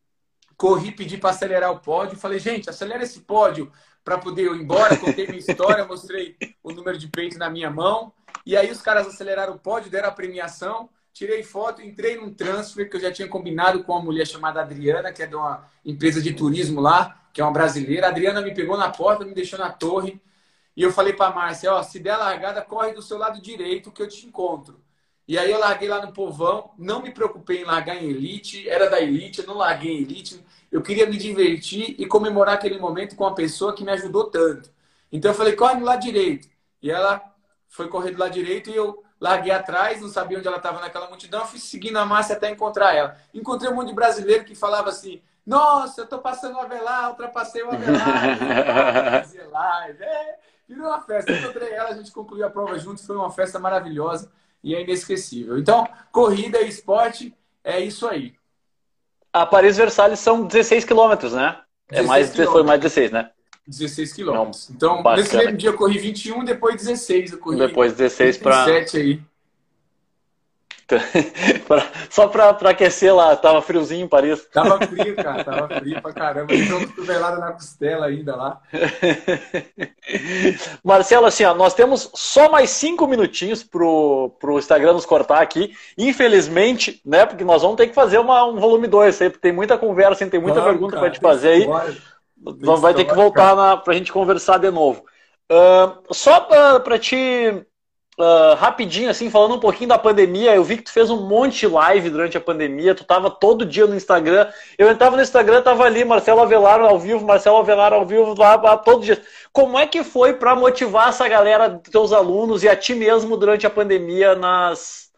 corri, pedi para acelerar o pódio. Falei, gente, acelera esse pódio para poder eu ir embora. Contei minha história, mostrei o número de peito na minha mão. E aí os caras aceleraram o pódio, deram a premiação. tirei foto, entrei num transfer que eu já tinha combinado com uma mulher chamada Adriana, que é de uma empresa de turismo lá, que é uma brasileira. A Adriana me pegou na porta, me deixou na torre. E eu falei para a Márcia, ó, se der a largada, corre do seu lado direito que eu te encontro. E aí eu larguei lá no povão, não me preocupei em largar em elite, era da elite, eu não larguei em elite. Eu queria me divertir e comemorar aquele momento com uma pessoa que me ajudou tanto. Então eu falei, corre no lado direito. E ela foi correr do lado direito e eu larguei atrás, não sabia onde ela estava naquela multidão, fui seguindo a Márcia até encontrar ela. Encontrei um monte de brasileiro que falava assim, nossa, eu tô passando o Avelar, ultrapassei o Avelar. Fazia live, é, virou uma festa. Eu encontrei ela, a gente concluiu a prova juntos, foi uma festa maravilhosa e é inesquecível. Então, corrida e esporte é isso aí. A Paris-Versalhes são dezesseis quilômetros, né? É mais, foi mais dezesseis, né? dezesseis quilômetros. Então, bacana. Nesse mesmo dia eu corri vinte e um, depois dezesseis. Eu corri depois dezesseis para... sete aí. Só para aquecer lá, tava friozinho em Paris. Tava frio, cara, tava frio pra caramba. Então, cotovelada na costela ainda lá. Marcelo, assim, ó, nós temos só mais cinco minutinhos pro, pro Instagram nos cortar aqui. Infelizmente, né, porque nós vamos ter que fazer uma, um volume dois aí, porque tem muita conversa, tem muita claro, pergunta para te fazer aí. Nós vai ter que voltar na, pra gente conversar de novo. Uh, só para te... Uh, rapidinho, assim, falando um pouquinho da pandemia, eu vi que tu fez um monte de live durante a pandemia, tu tava todo dia no Instagram, eu entrava no Instagram, tava ali, Marcelo Avelar ao vivo, Marcelo Avelar ao vivo, lá, lá todo dia. Como é que foi para motivar essa galera, teus alunos e a ti mesmo durante a pandemia nas,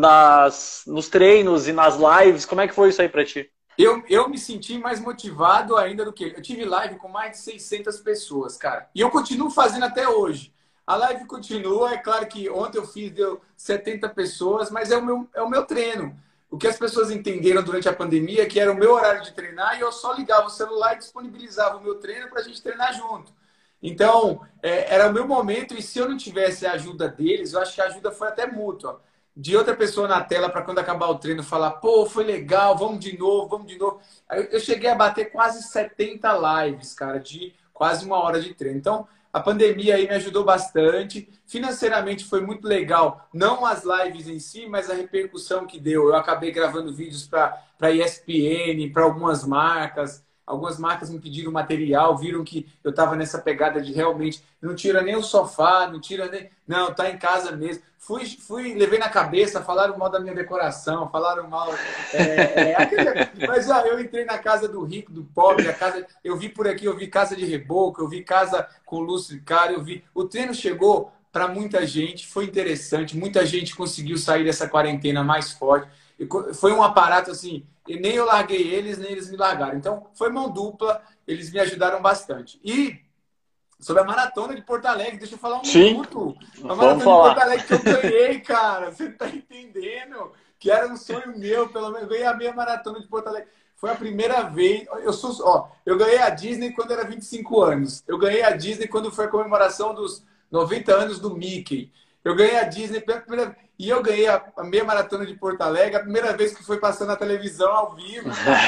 nas, nos treinos e nas lives? Como é que foi isso aí para ti? Eu, eu me senti mais motivado ainda do que... Eu tive live com mais de seiscentas pessoas, cara, e eu continuo fazendo até hoje. A live continua, é claro que ontem eu fiz, deu setenta pessoas, mas é o meu, é o meu treino. O que as pessoas entenderam durante a pandemia é que era o meu horário de treinar e eu só ligava o celular e disponibilizava o meu treino para a gente treinar junto. Então, é, era o meu momento e se eu não tivesse a ajuda deles, eu acho que a ajuda foi até mútua. De outra pessoa na tela para quando acabar o treino falar, pô, foi legal, vamos de novo, vamos de novo. Aí eu cheguei a bater quase setenta lives, cara, de quase uma hora de treino. Então, a pandemia aí me ajudou bastante. Financeiramente foi muito legal. Não as lives em si, mas a repercussão que deu. Eu acabei gravando vídeos para a E S P N, para algumas marcas. Algumas marcas me pediram material, viram que eu estava nessa pegada de realmente não tira nem o sofá, não tira nem... Não, tá em casa mesmo. Fui, fui levei na cabeça, falaram mal da minha decoração, falaram mal... É, é, aquele... Mas ó, eu entrei na casa do rico, do pobre, a casa... eu vi por aqui, eu vi casa de reboco, eu vi casa com luz cara, eu vi... O treino chegou para muita gente, foi interessante, muita gente conseguiu sair dessa quarentena mais forte. Foi um aparato assim, e nem eu larguei eles, nem eles me largaram. Então, foi mão dupla, eles me ajudaram bastante. E sobre a maratona de Porto Alegre, deixa eu falar um Sim. minuto. A Vamos maratona falar. de Porto Alegre que eu ganhei, cara, você tá entendendo? Que era um sonho meu, pelo menos, ganhei a meia maratona de Porto Alegre. Foi a primeira vez, eu sou, ó, eu ganhei a Disney quando era vinte e cinco anos. Eu ganhei a Disney quando foi a comemoração dos noventa anos do Mickey. Eu ganhei a Disney pela primeira vez. E eu ganhei a meia maratona de Porto Alegre, a primeira vez que foi passando na televisão ao vivo.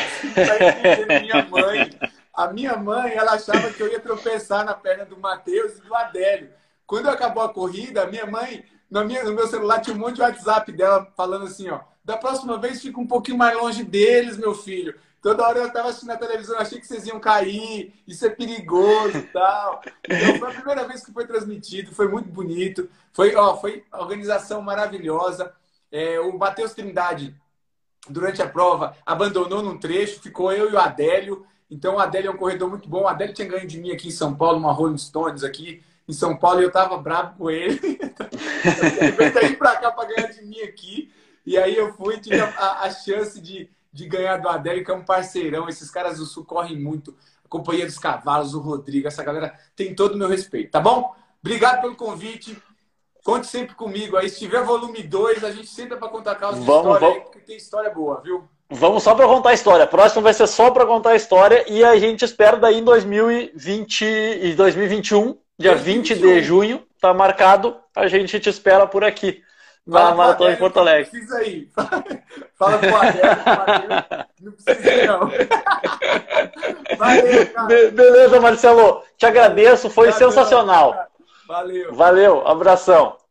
Tá minha mãe. A minha mãe, ela achava que eu ia tropeçar na perna do Matheus e do Adélio. Quando acabou a corrida, a minha mãe, no, minha, no meu celular, tinha um monte de WhatsApp dela falando assim, ó, da próxima vez fica um pouquinho mais longe deles, meu filho. Toda hora eu estava assistindo a televisão, achei que vocês iam cair, isso é perigoso e tal. Então, foi a primeira vez que foi transmitido, foi muito bonito. Foi, ó, foi organização maravilhosa. É, o Matheus Trindade, durante a prova, abandonou num trecho, ficou eu e o Adélio. Então, o Adélio é um corredor muito bom. O Adélio tinha ganho de mim aqui em São Paulo, uma Rolling Stones aqui em São Paulo, e eu estava bravo com ele. Ele veio daí para cá para ganhar de mim aqui. E aí eu fui, tive a, a, a chance de... de ganhar do Adélio, que é um parceirão. Esses caras do Sul correm muito. A Companhia dos Cavalos, o Rodrigo, essa galera tem todo o meu respeito, tá bom? Obrigado pelo convite. Conte sempre comigo aí. Se tiver volume dois, a gente senta para contar causas de vamos, história vamos. aí, porque tem história boa, viu? Vamos só para contar a história. Próximo vai ser só para contar a história e a gente espera daí em dois mil e vinte e dois mil e vinte e um, dia vinte de junho, tá marcado. A gente te espera por aqui. Na Maratona de Porto Alegre. Não precisa ir. Fala com o Adélio, não precisa ir, não. Valeu, cara. Be beleza, Marcelo. Te agradeço, foi Valeu, sensacional. cara. Valeu. Valeu, abração.